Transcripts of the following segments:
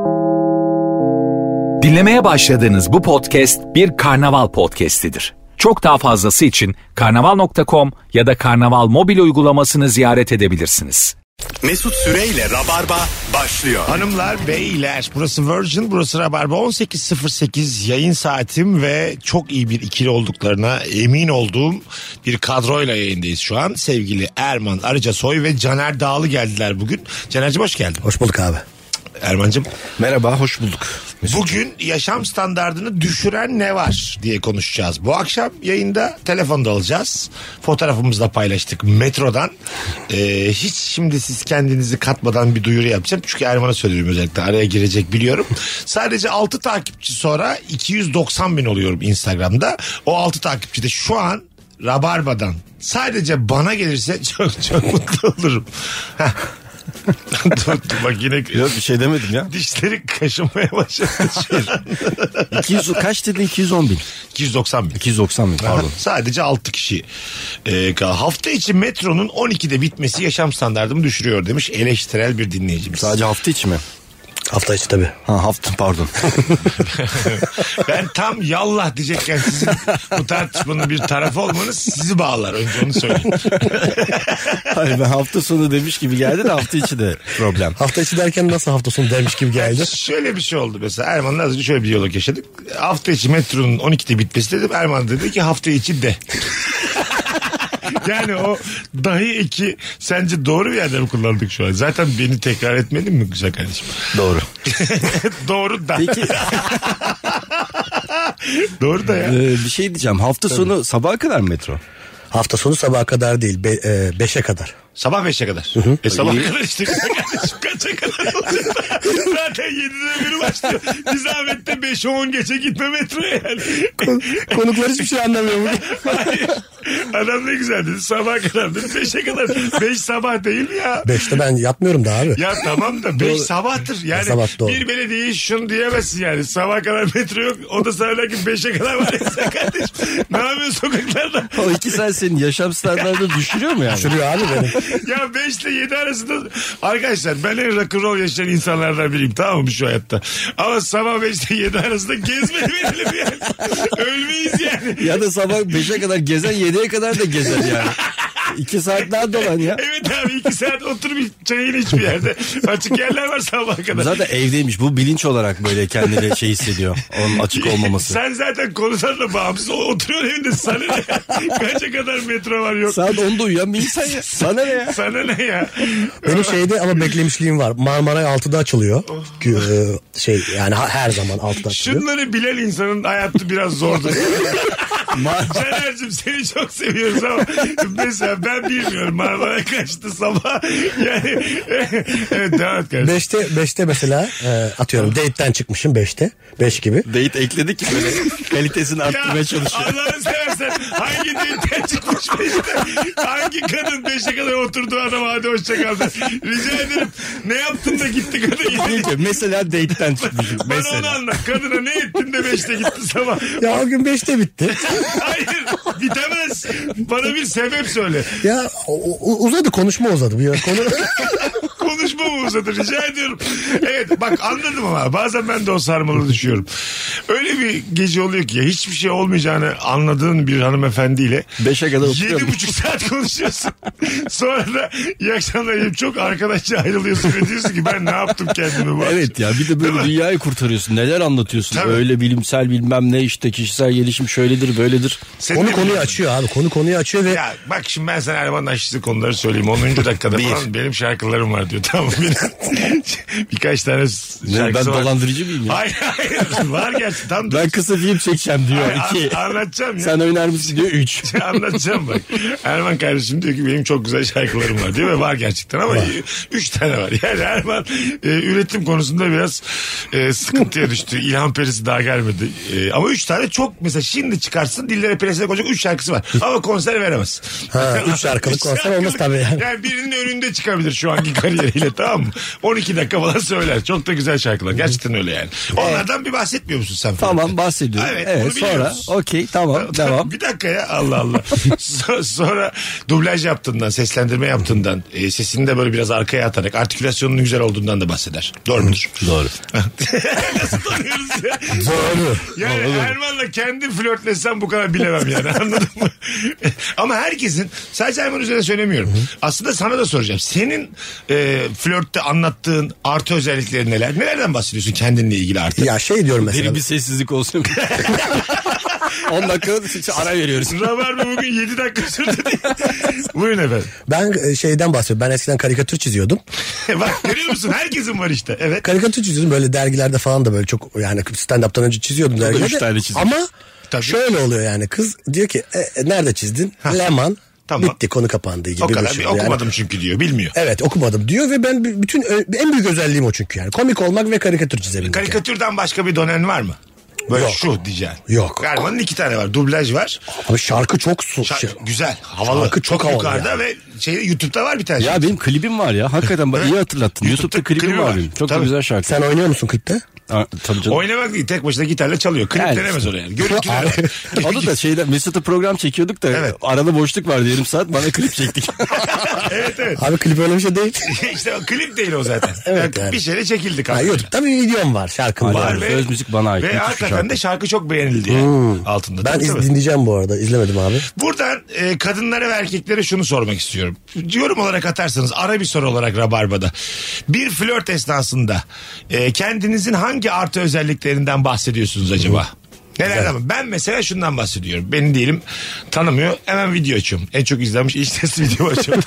Dinlemeye başladığınız bu podcast bir karnaval podcastidir. Çok daha fazlası için karnaval.com ya da karnaval mobil uygulamasını ziyaret edebilirsiniz. Mesut Süreyle Rabarba başlıyor. Hanımlar, beyler, burası Virgin, burası Rabarba. 18.08 yayın saatim ve çok iyi bir ikili olduklarına emin olduğum bir kadroyla yayındayız şu an. Sevgili Erman Arıcasoy ve Caner Dağlı geldiler bugün. Caner'cim hoş geldin. Hoş bulduk abi. Erman'cım. Merhaba, hoş bulduk. Bugün yaşam standardını düşüren ne var diye konuşacağız. Bu akşam yayında telefonda alacağız. Fotoğrafımızı da paylaştık metrodan. Hiç şimdi siz kendinizi katmadan bir duyuru yapacağım. Çünkü Erman'a söylüyorum, özellikle araya girecek biliyorum. Sadece 6 takipçi sonra 290 bin oluyorum Instagram'da. O 6 takipçi de şu an Rabarba'dan sadece bana gelirse çok çok mutlu olurum. Dur, bak yine yok bir şey demedim ya. Dişleri kaşınmaya başladı şu an. 200 kaç dedin? 210 bin. 290 bin. 290 bin pardon. Sadece 6 kişi. Hafta içi metronun 12'de bitmesi yaşam standartımı düşürüyor demiş eleştirel bir dinleyicimiz. Sadece hafta içi mi? Hafta içi tabii. Ha, hafta pardon. Ben tam yallah diyecekken sizin bu tartışmanın bir tarafı olmanız sizi bağlar. Önce onu söyleyeyim. Hayır, ben hafta sonu demiş gibi geldi de hafta içi de problem. Hafta içi derken nasıl hafta sonu demiş gibi geldi? Şöyle bir şey oldu mesela. Erman'la az önce şöyle bir diyalog yaşadık. Hafta içi metronun 12'de bitmesi dedim. Erman dedi ki hafta içi de. Yani o dahi eki sence doğru bir yerde mi kullandık şu an? Zaten beni tekrar etmedin mi güzel kardeşim? Doğru. Doğru da. Peki. Doğru da ya. Bir şey diyeceğim. Hafta sonu sabaha kadar mı metro? Hafta sonu sabaha kadar değil, 5'e kadar. Sabah 5'e kadar. Sabah kadar işte kardeşim, kaça kadar olacak? Zaten 7'de biri başlıyor. Bir zahmet de 5'e 10 geçe gitme metroya yani. Konuklar hiçbir şey anlamıyor mu? Hayır. Adam ne güzel dedi. Sabah kadar dedi. 5'e kadar. 5 sabah değil mi ya? 5'te ben yatmıyorum da abi. Ya tamam da 5 sabahtır. Yani sabah, doğru. Bir belediye şunu diyemezsin yani. Sabah kadar metro yok. O da sana ki 5'e kadar var ya kardeşim. Ne yapıyorsun sokaklarda? O 2 saat senin yaşam standartını düşürüyor mu yani? Düşürüyor abi benim. Ya 5 ile 7 arasında arkadaşlar ben en rock'n'roll yaşayan insanlardan biriyim, tamam mı şu hayatta? Ama sabah 5 ile 7 arasında gezmeli verelim yani. Ölmeyiz yani. Ya da sabah 5'e kadar gezen 7'ye kadar da gezer yani. 2 saat daha dolan ya. Evet abi 2 saat otur bir çayını iç bir yerde. Açık yerler var sabaha kadar. Zaten evdeymiş. Bu bilinç olarak böyle kendini şey hissediyor. Onun açık olmaması. Sen zaten konudan da bağımsız oturuyorsun evinde. Sana ne? Kaça kadar metro var yok. Saat 10'da uyuyan bir insan ya. Sana ne ya? Sana ne ya? Benim şeyde ama beklemişliğim var. Marmaray 6'da açılıyor. Yani her zaman 6'da açılıyor. Şunları bilen insanın hayatı biraz zordur. Caner'cim seni çok seviyoruz ama mesela ben bilmiyorum Marmara kaçtı sabah. Yani evet devam et kardeşim. 5'te mesela atıyorum date'den çıkmışım 5'te. 5 gibi. Date ekledik ki böyle kalitesini arttırmaya çalışıyor. Allah'ını seversen hangi date'den çıkmış 5'te? Hangi kadın 5'e kadar oturdu adam hadi hoşçakal. Rica ederim ne yaptın da gitti kadın yani. Mesela date'den çıkmışım. Bana onu anlat. Kadına ne ettin de 5'te gitti sabah. Ya o gün 5'te bitti. Hayır bitemez. Bana bir sebep söyle. Ya uzadı, konuşma uzadı. Konuşma mı uzadı rica ediyorum. Evet bak anladım ama bazen ben de o sarmalı düşüyorum. Öyle bir gece oluyor ki ya, hiçbir şey olmayacağını anladığın bir hanımefendiyle 5'e kadar oturuyorum. 7,5 saat konuşuyorsun. Sonra da iyi akşamlar çok arkadaşça ayrılıyorsun ve diyorsun ki ben ne yaptım kendime bu Evet ya bir de böyle dünyayı kurtarıyorsun. Neler anlatıyorsun? Tabii. Öyle bilimsel bilmem ne işte kişisel gelişim şöyledir böyledir. Konuyu açıyor abi. Konuyu açıyor ve... Ya bak şimdi ben sana Erman aşçısı konuları söyleyeyim. 10. dakikada falan benim şarkılarım var diyor. Tamam birkaç tane şarkısı ben var. dolandırıcı mıyım ya? Hayır var gerçi tam Ben kısa film çekeceğim diyor. Hayır, 2. anlatacağım ya. Sen oynar mısın diyor 3. Anlatacağım bak. Erman kardeşim diyor ki benim çok güzel şarkılarım var diyor ve var gerçekten ama 3 tane var. Yani Erman üretim konusunda biraz sıkıntıya düştü. İlhan Perisi daha gelmedi. Ama 3 tane çok mesela şimdi çıkarsın dillere peresine koyacak 3 şarkısı var. Ama konser veremez. 3 şarkılık konser olmaz tabii yani. Yani birinin önünde çıkabilir şu anki kariyeri. Süreyle, tamam mı? 12 dakika falan söyler. Çok da güzel şarkılar. Gerçekten öyle yani. Onlardan bir bahsetmiyor musun sen? Tamam, bahsediyorum. Evet, sonra okey, tamam, devam. Bir dakika ya, Allah Allah. Sonra dublaj yaptığından, seslendirme yaptığından, sesini de böyle biraz arkaya atarak artikülasyonunun güzel olduğundan da bahseder. Doğru mudur? Doğru. Nasıl tanıyoruz ya? Doğru. Yani Erman'la kendi flörtlesem bu kadar bilemem yani, anladın mı? Ama herkesin, sadece Erman üzerine söylemiyorum. Aslında sana da soracağım. Senin flörtte anlattığın artı özellikleri neler? Nelerden bahsediyorsun kendinle ilgili artık? Ya şey diyorum mesela. Derin bir sessizlik olsun. 10 dakika ara veriyoruz. Rabarba bugün 7 dakika sürdü diye. Buyurun efendim. Ben şeyden bahsediyorum. Ben eskiden karikatür çiziyordum. Bak görüyor musun? Herkesin var işte. Evet. Karikatür çiziyordum böyle dergilerde falan da böyle çok, yani stand-up'tan önce çiziyordum dergilerde. 3 tane çizdim. Ama Tabii. şöyle oluyor yani, kız diyor ki nerede çizdin? Leman. Tamam. Bitti, konu kapandı gibi. O kadar bir şey. okumadım Yani, çünkü diyor, bilmiyor. evet, okumadım diyor ve ben bütün en büyük özelliğim o çünkü yani. Komik olmak ve karikatür çizebilmek. Karikatürden başka bir donen var mı? Böyle Yok. şu diyeceksin. Yok. Erman'ın 2 tane var. Dublaj var. Ama şarkı çok Güzel. Havalı. Şarkı çok havalı yukarıda yani. ve YouTube'da var bir tane. Ya benim klibim var ya. Hakikaten bak, iyi hatırlattın. YouTube'da klibim var benim. Çok da Tabii. güzel şarkı. Sen oynuyor musun klipte? Tabii canım. Oynamak değil, tek başına gitarla çalıyor. Klip Yani denemez işte. oraya. Görüntüler var. Onu da şeyden Mesut'la program çekiyorduk da Evet. arada boşluk vardı, yarım saat, bana klip çektik. Evet. Abi klip öyle bir şey değil. İşte o klip değil o zaten. Evet yani. Bir şeyle çekildik. Ha, YouTube'da bir videom var, şarkım var. Var Söz müzik bana ait. Ve Müthiş bir hakikaten şarkı. de şarkı çok beğenildi yani altında. Ben Tabii. dinleyeceğim bu arada. İzlemedim abi. Buradan kadınlara ve erkeklere şunu sormak istiyorum. Yorum olarak atarsanız, ara bir soru olarak Rabarba'da. Bir flört esnasında kendinizin hangi artı özelliklerinden bahsediyorsunuz acaba? Nelerden mi? Ben mesela şundan bahsediyorum. Beni diyelim tanımıyor. Hemen video açıyorum. En çok izlenmiş iş testi video açıyorum.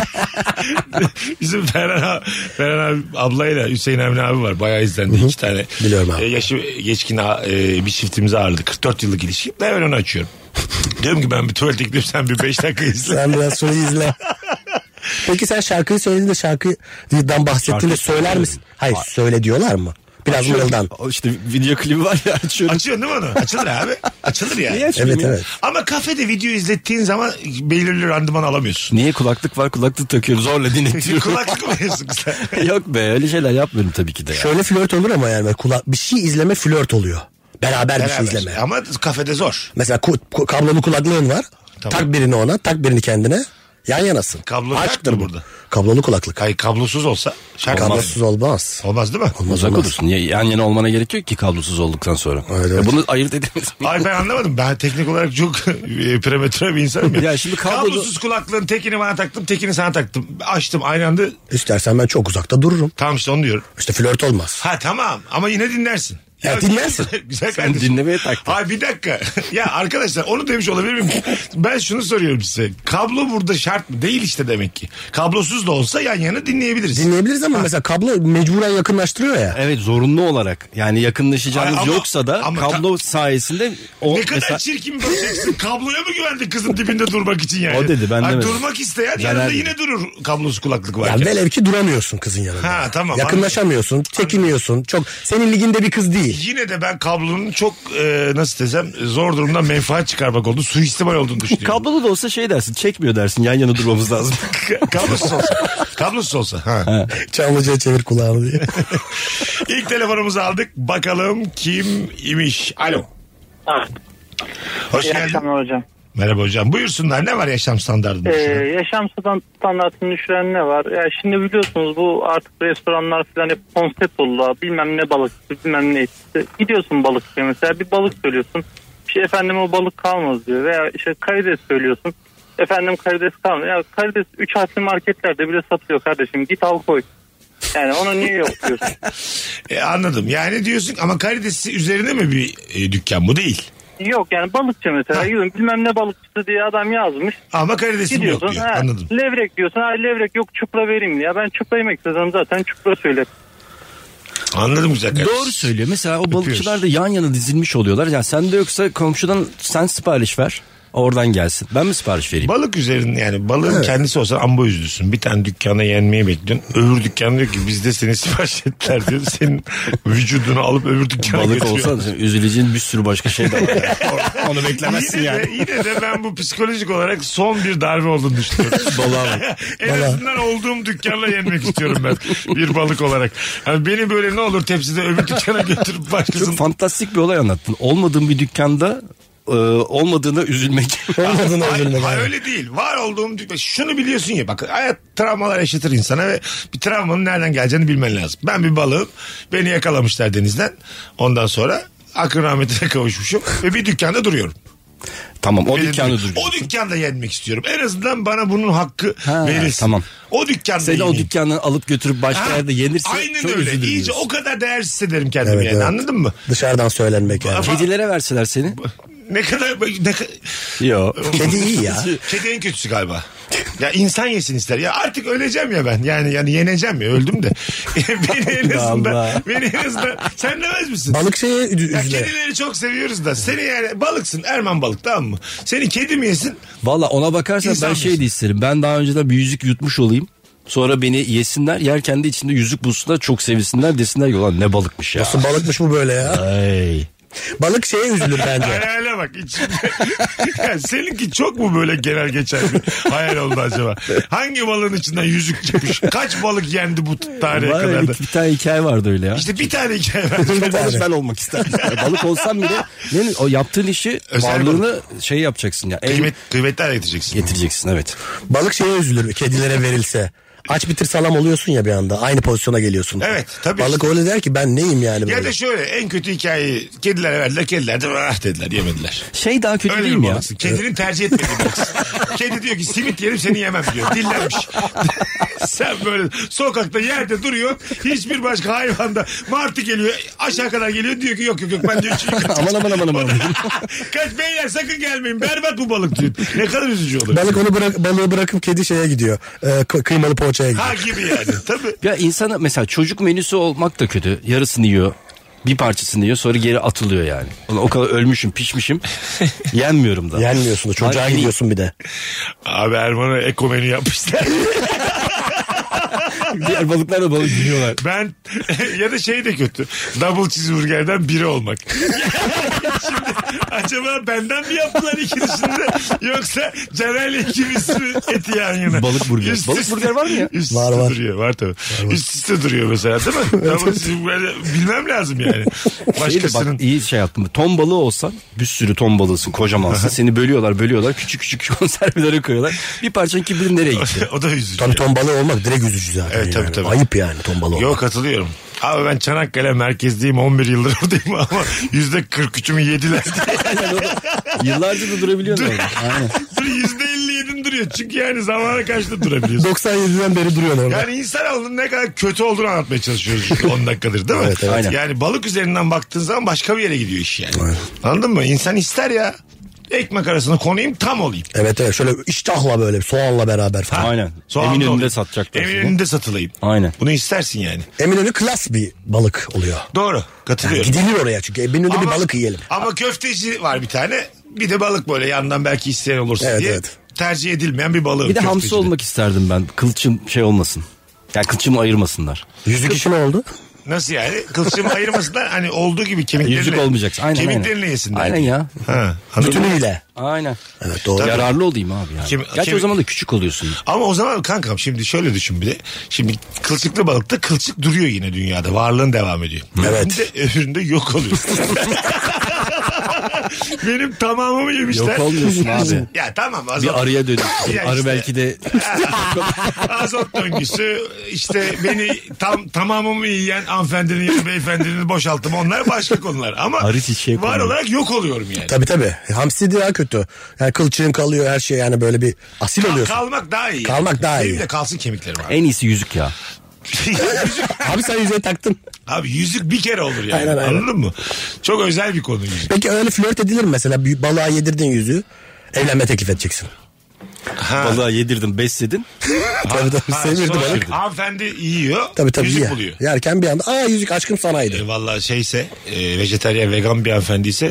Bizim Ferhan abi, ablayla Hüseyin Emre abi var. Bayağı izlendi. 2 tane. Biliyorum abi. Yaşı geçkin bir çiftimizi ağırladı. 44 yıllık ilişki. Ben hemen onu açıyorum. Diyorum ki ben bir tuvalete gidip sen bir 5 dakika izle. Sen biraz sonra izle. Peki sen şarkıyı söylediğinde, şarkıdan bahsettiğinde söyler misin? Hayır, söyle diyorlar mı? Biraz mırıldan. İşte video klibi var ya, açıyorum. Açıyorsun değil mi onu? Açılır abi. Açılır yani. Niye açmayayım Evet ya? evet. Ama kafede video izlettiğin zaman belirli randıman alamıyorsun. Niye, kulaklık var, kulaklık takıyorum, zorla dinletiyorum. Kulaklık mı yapıyorsun sen? Yok be, öyle şeyler yapmıyorum tabii ki de ya. Şöyle flört olur ama yani bir şey izleme flört oluyor. Beraber bir şey izleme. Ama kafede zor. Mesela kablolu kulaklığın var. Tamam. Tak birini ona, tak birini kendine. Yan yanasın. Kablo Aşktır yok bu. mu burada? Kablolu kulaklık. Hayır, kablosuz olsa şarkı Kablosuz olmaz. olmaz değil mi? Uzak olursun. Yan yana olmana gerek yok ki kablosuz olduktan sonra. Evet. Ya bunu ayırt edemezsin. Ay ben anlamadım. Ben teknik olarak çok prematüre bir insanım ya. Ya şimdi kablosuz kulaklığın tekini bana taktım, tekini sana taktım. Açtım aynı anda. İstersen ben çok uzakta dururum. Tamam işte onu diyorum. İşte flört olmaz. Ha tamam ama yine dinlersin. Ya dinlersin. Güzel Sen kardeşim. dinlemeye taktın. Ay bir dakika. Ya arkadaşlar onu demiş olabilir miyim? Ben şunu soruyorum size. Kablo burada şart mı? Değil işte demek ki. Kablosuz da olsa yan yana dinleyebiliriz. Dinleyebiliriz ama mesela kablo mecburen yakınlaştırıyor ya. Evet, zorunlu olarak. Yani yakınlaşacağınız Ay, ama- yoksa da ama kablo sayesinde o Ne kadar mesela... çirkin bir bakacaksın. Kabloya mı güvendi kızın dibinde durmak için yani? O dedi, ben Ay, demedim. durmak isteyen Caner yanında dedi. yine durur kablosuz kulaklık Ya varken. velev ki duramıyorsun kızın yanında. Ha, tamam, Yakınlaşamıyorsun, çekiniyorsun. Çok senin liginde bir kız değil. Yine de ben kablonun çok nasıl desem zor durumdan menfaat çıkarmak olduğunu, suistimal olduğunu düşünüyorum. Kablolu da olsa şey dersin, çekmiyor dersin, yan yana durmamız lazım. Kablosuz olsa. Kablosuz olsa. Ha. Çamlıca'ya çevir kulağını diye. İlk telefonumuzu aldık. Bakalım kim imiş. Alo. Hoş İyi geldin. akşamlar hocam. Merhaba hocam. Buyursunlar. Ne var yaşam standartında? Yaşam standartını düşüren ne var? Ya şimdi biliyorsunuz bu artık restoranlar falan hep konsept oldu. Bilmem ne balıkçı, bilmem ne işte. Gidiyorsun balıkçıya mesela, bir balık söylüyorsun. İşte efendim o balık kalmaz diyor. Veya işte karides söylüyorsun. Efendim karides kalmaz. Ya karides 3 harfli marketlerde bile satıyor kardeşim. Git al koy. Yani onu niye yapıyorsun? Anladım. Yani diyorsun ama karidesi üzerine mi bir dükkan bu değil? Yok yani balıkçı mesela. Bilmem ne balıkçısı diye adam yazmış. Ama karidesim yok Gidiyorsun. diyor. Anladım. Levrek diyorsun. Levrek yok, çupra vereyim diye. Ben çupra yemek istedim zaten, çupra söylerim. Anladım güzel kardeşim. Doğru söylüyor. Mesela o balıkçılar da yan yana dizilmiş oluyorlar. Yani sende yoksa komşudan sen sipariş ver. Oradan gelsin. Ben mi sipariş vereyim? Balık üzerinde yani balığın kendisi olsa amba üzülürsün. Bir tane dükkana yenmeyi bekliyorsun. Öbür dükkan diyor ki biz de seni sipariş ettiler diyor. Senin vücudunu alıp öbür dükkana Balık götürüyor. olsa üzüleceğin bir sürü başka şey de var. Onu beklemezsin Yine yani. de, yine de ben bu psikolojik olarak son bir darbe olduğunu düşünüyorum. En azından olduğum dükkanla yenmek istiyorum ben. Bir balık olarak. Yani beni böyle ne olur tepside öbür dükkana götürüp başkasının... Çok fantastik bir olay anlattın. Olmadığın bir dükkanda olmadığına üzülmek. Olmadığına üzülmek. Hayır, abi. öyle değil. Var olduğum şunu biliyorsun ya bak hayat travmalar yaşatır insana ve bir travmanın nereden geleceğini bilmen lazım. Ben bir balığım. Beni yakalamışlar denizden. Ondan sonra akın rahmetine kavuşmuşum ve bir dükkanda duruyorum. Tamam o Benim dükkanda o duracaksın. dükkanda yenmek istiyorum. En azından bana bunun hakkı verilsin. Tamam. O dükkanda Seni o yeneyim. dükkandan alıp götürüp başka Ha, yerde yenirse aynen çok öyle. üzülürüm. İyice diyorsun. o kadar değersiz hissederim kendimi Evet, yani evet. anladın mı? Dışarıdan söylenmek yani. Kedilere verseler seni. Ne kadar... Yok. Kedi iyi ya. Kedi en kötüsü galiba. Ya insan yesin ister. Ya artık öleceğim ya ben. Yani yeneceğim ya öldüm de. beni en azından sen demez misin? Balık şeye Ya üzüle. kedileri çok seviyoruz da seni yani balıksın Erman balık tamam mı? Seni kedi mi yesin? Valla ona bakarsan İnsan ben şey mısın? de isterim. Ben daha önceden bir yüzük yutmuş olayım. Sonra beni yesinler. Yerken de içinde yüzük bulsunlar. Çok sevilsinler. Desinler ki ulan ne balıkmış ya. Nasıl balıkmış bu böyle ya? Ay. Balık şeye üzülür bence. Hayale bak içinde. Yani seninki çok mu böyle genel geçer bir hayal oldu acaba? Hangi balığın içinden yüzük çıkmış? Kaç balık yendi bu tarihe Var kadar öyle da? bir tane hikaye vardı öyle ya. İşte bir tane hikaye var. Balık ben olmak isterdim. Balık olsam bile o yaptığın işi Özel varlığını şey yapacaksın ya. Kıymetli hale getireceksin. Getireceksin evet. Balık şeye üzülür kedilere verilse. Aç bitir salam oluyorsun ya bir anda. Aynı pozisyona geliyorsun. Evet, tabii. Balık öyle der ki ben neyim yani böyle. Ya da şöyle en kötü hikayeyi kedilere verdiler. Kediler de ah dediler yemediler. Şey daha kötü Öyle değil bir mi ya? balıksın. Kedinin tercih etmediği balıksın. Kedi diyor ki simit yerim seni yemem diyor. Dillenmiş. Sen böyle sokakta yerde duruyor. Hiçbir başka hayvanda martı geliyor. Aşağı kadar geliyor. Diyor ki yok ben diyor. aman. Kaç beyler sakın gelmeyin. Berbat bu balık diyor. Ne kadar üzücü olur. Balık onu balığı bırakıp kedi şeye gidiyor. Kıymalı poğaçaya gidiyor. Ha gibi yani. Tabii. Ya insana mesela çocuk menüsü olmak da kötü. Yarısını yiyor. Bir parçasını yiyor sonra geri atılıyor yani. O kadar ölmüşüm pişmişim. Yenmiyorum da. Yenmiyorsun da çocuğa Hani- gidiyorsun bir de. Abi Erman'a eko menü yapmışlar. Diğer balıklar da balık yiyorlar. Ben ya da şey de kötü. Double cheeseburgerden biri olmak. Şimdi acaba benden mi yaptılar ikilisinde yoksa Caner'le ikimiz mi eti yan yana? Balık burger. Üst Balık üste- burger var mı ya? Üst Var, üste var. duruyor. Var tabii. Üst üste duruyor mesela değil mi? Double cheeseburger bilmem lazım yani. Başkasının. Bak iyi şey yaptım. Ton balığı olsan bir sürü ton balığısın kocamansın. Seni bölüyorlar küçük konservelere koyuyorlar. Bir parçanın kim bilir nereye gitti. O da üzücü. Tabii ton balığı olmak direkt üzücü zaten. Evet, yani. tabii. Ayıp yani ton balığı olmak. Yok katılıyorum. Abi ben Çanakkale merkezdeyim 11 yıldır oradayım ama %43'ümü yediler diye. Yıllarca da durabiliyorsun orada. Aynen. %57'in duruyor. Çünkü yani zamana karşı da durabiliyorsun. 97'den beri duruyorsun orada. Yani insanoğlunun ne kadar kötü olduğunu anlatmaya çalışıyoruz 10 dakikadır değil mi? Evet, evet. Aynen. Yani balık üzerinden baktığın zaman başka bir yere gidiyor iş yani. Anladın mı? İnsan ister ya. Ekmek arasına konayım tam olayım. Evet şöyle iştahla böyle soğanla beraber falan. Aynen. Soğanlı Eminönü'nde olayım. satacaklar. Eminönü'nde satılayım. Aynen. Bunu istersin yani. Eminönü klas bir balık oluyor. Doğru. Yani Katılıyorum. gidilir oraya çünkü Eminönü'nde bir balık yiyelim. Ama köfteci var bir tane. Bir de balık böyle yandan belki isteyen olursun Evet, diye. evet. Tercih edilmeyen bir balığı. Bir de hamsi köftecide. olmak isterdim ben. Kılçım şey olmasın. Yani kılçımı ayırmasınlar. Yüzük işi ne oldu? Nasıl yani? Kılçımı ayırmasınlar hani olduğu gibi kemiklerini. Yüzük olmayacaksın. Aynen, Kemiklerini aynen. yesinler. Aynen ya. Ha, anladın mı? Bütünüyle. Aynen. Evet doğru. Yararlı olayım abi yani. Gerçi o zaman da küçük oluyorsun. Ama o zaman kankam şimdi şöyle düşün bir de. Şimdi kılçıklı balıkta kılçık duruyor yine dünyada. Varlığın devam ediyor. Evet. Bir de öbüründe yok oluyor. Benim tamamımı yemişler. Yok olmuyorsun abi. Ya tamam azot. Bir arıya dönüyorsun. Ya Arı işte. belki de Azot döngüsü işte beni tamamımı yiyen hanımefendinin ya da beyefendinin boşaltımı onlar başka konular. Ama Arı çiçeği var konuyor. olarak yok oluyorum yani. Tabii. Hamsi daha kötü. Yani kılçığın kalıyor her şey yani böyle bir asil oluyorsun. Kalmak daha iyi. Kalmak daha Benim iyi. de kalsın kemiklerim abi. en iyisi yüzük ya. Abi sen yüzüğe taktın. Abi yüzük bir kere olur yani. Aynen. Anladın mı? Çok özel bir konu yüzük. Peki öyle flört edilir mi mesela? Bir balığa yedirdin yüzüğü. Evlenme teklif edeceksin. Balığa yedirdin, besledin. Tabii semirdi sonra balık. hanımefendi yiyor. Tabii yüzük yer. buluyor. Yerken bir anda yüzük aşkım sanaydı. Valla şeyse vejetaryen vegan bir hanımefendiyse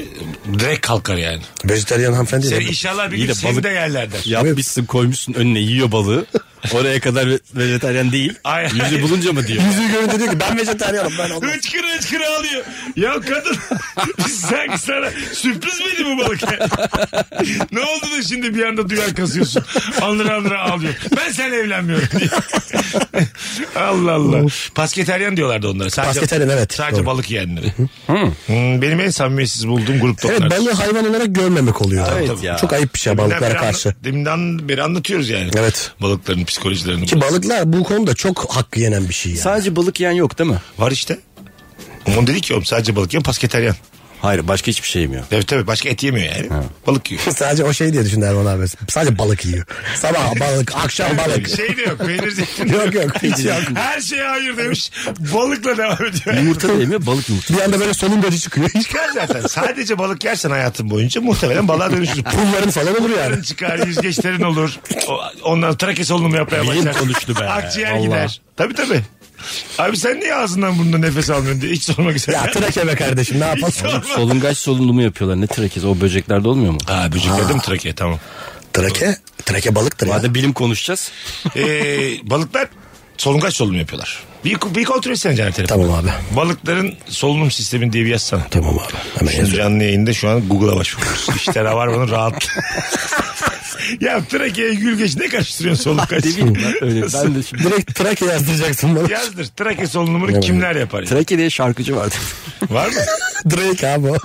Direkt kalkar yani. Vejetaryen hanımefendi Sen de. inşallah bir İyi gün de seni balık- de yerler der. Yapmışsın koymuşsun önüne yiyor balığı. Oraya kadar vejetaryen değil. Ay, Yüzü ay. bulunca mı diyor. Yüzü görünce diyor ki ben vejetaryenim ben olmam. Hıçkıra ağlıyor. Ya kadın sanki sana sürpriz miydi bu balık ya? Ne oldu da şimdi bir anda duyar kasıyorsun. Andıra ağlıyor. Ben seninle evlenmiyorum diye. Allah Allah. Pasketeryan diyorlardı onlara. Sadece, Pasketeryan, evet. Sadece Doğru. balık yiyenleri. Benim en samimiyetsiz bulduğum grupta Evet, onlar. balığı hayvan olarak görmemek oluyor. Evet ya. Çok ayıp bir şey balıklara karşı. Deminden beri anlatıyoruz yani. Evet. Balıkların psikolojilerini. Ki balıklar bu konuda çok hakkı yenen bir şey yani. Sadece balık yiyen yok değil mi? Var işte. Onu dedik ki oğlum sadece balık yiyen pasketeryan. Hayır başka hiçbir şey yemiyor. Evet tabii başka et yemiyor yani. Balık yiyor. Sadece o şey diye düşün Erman abi. Sadece balık yiyor. Sabah balık, akşam balık. Şey de yok. Peynir zeytin de Yok hiç yok. Her şeye hayır demiş. Balıkla devam ediyor. Yumurta da yemiyor balık yumurta. Bir anda böyle solungacı çıkıyor. Çıkar zaten. Sadece balık yersen hayatın boyunca muhtemelen balığa dönüşür. Pulların falan olur yani. Pulların çıkar, yüzgeçlerin olur. Ondan trake solunumu yapmaya Bilim başlar. konuştu be. Akciğer Allah. gider. Tabii. Abi sen niye ağzından burnunda nefes almıyorsun diye hiç sormak istedim. Ya trake be kardeşim ne yapalım. Solungaç solunduğumu yapıyorlar. Ne trakezi? O böceklerde olmuyor mu? Ha böceklerde mi trake? Tamam. Trake balıktır ya. Madem bilim konuşacağız. Balıklar solungaç solunumu yapıyorlar. Bir kontrol etsene Caner telefonu. Tamam abi. Balıkların solunum sistemi diye bir yazsana. Tamam abi. Hemen Şimdi yazıyorum. canlı yayında şu an Google'a başvuruyoruz. İşte Rabarba'nın rahat. Ya Trakya'ya Gülgeç ne karıştırıyorsun solungaç? Ne bileyim ben öyle. Ben de şimdi. Direkt trake yazdıracaksın bana. Yazdır. Trakya solunumunu kimler yapar? Trake diye şarkıcı vardı. Var mı? Drake abi o.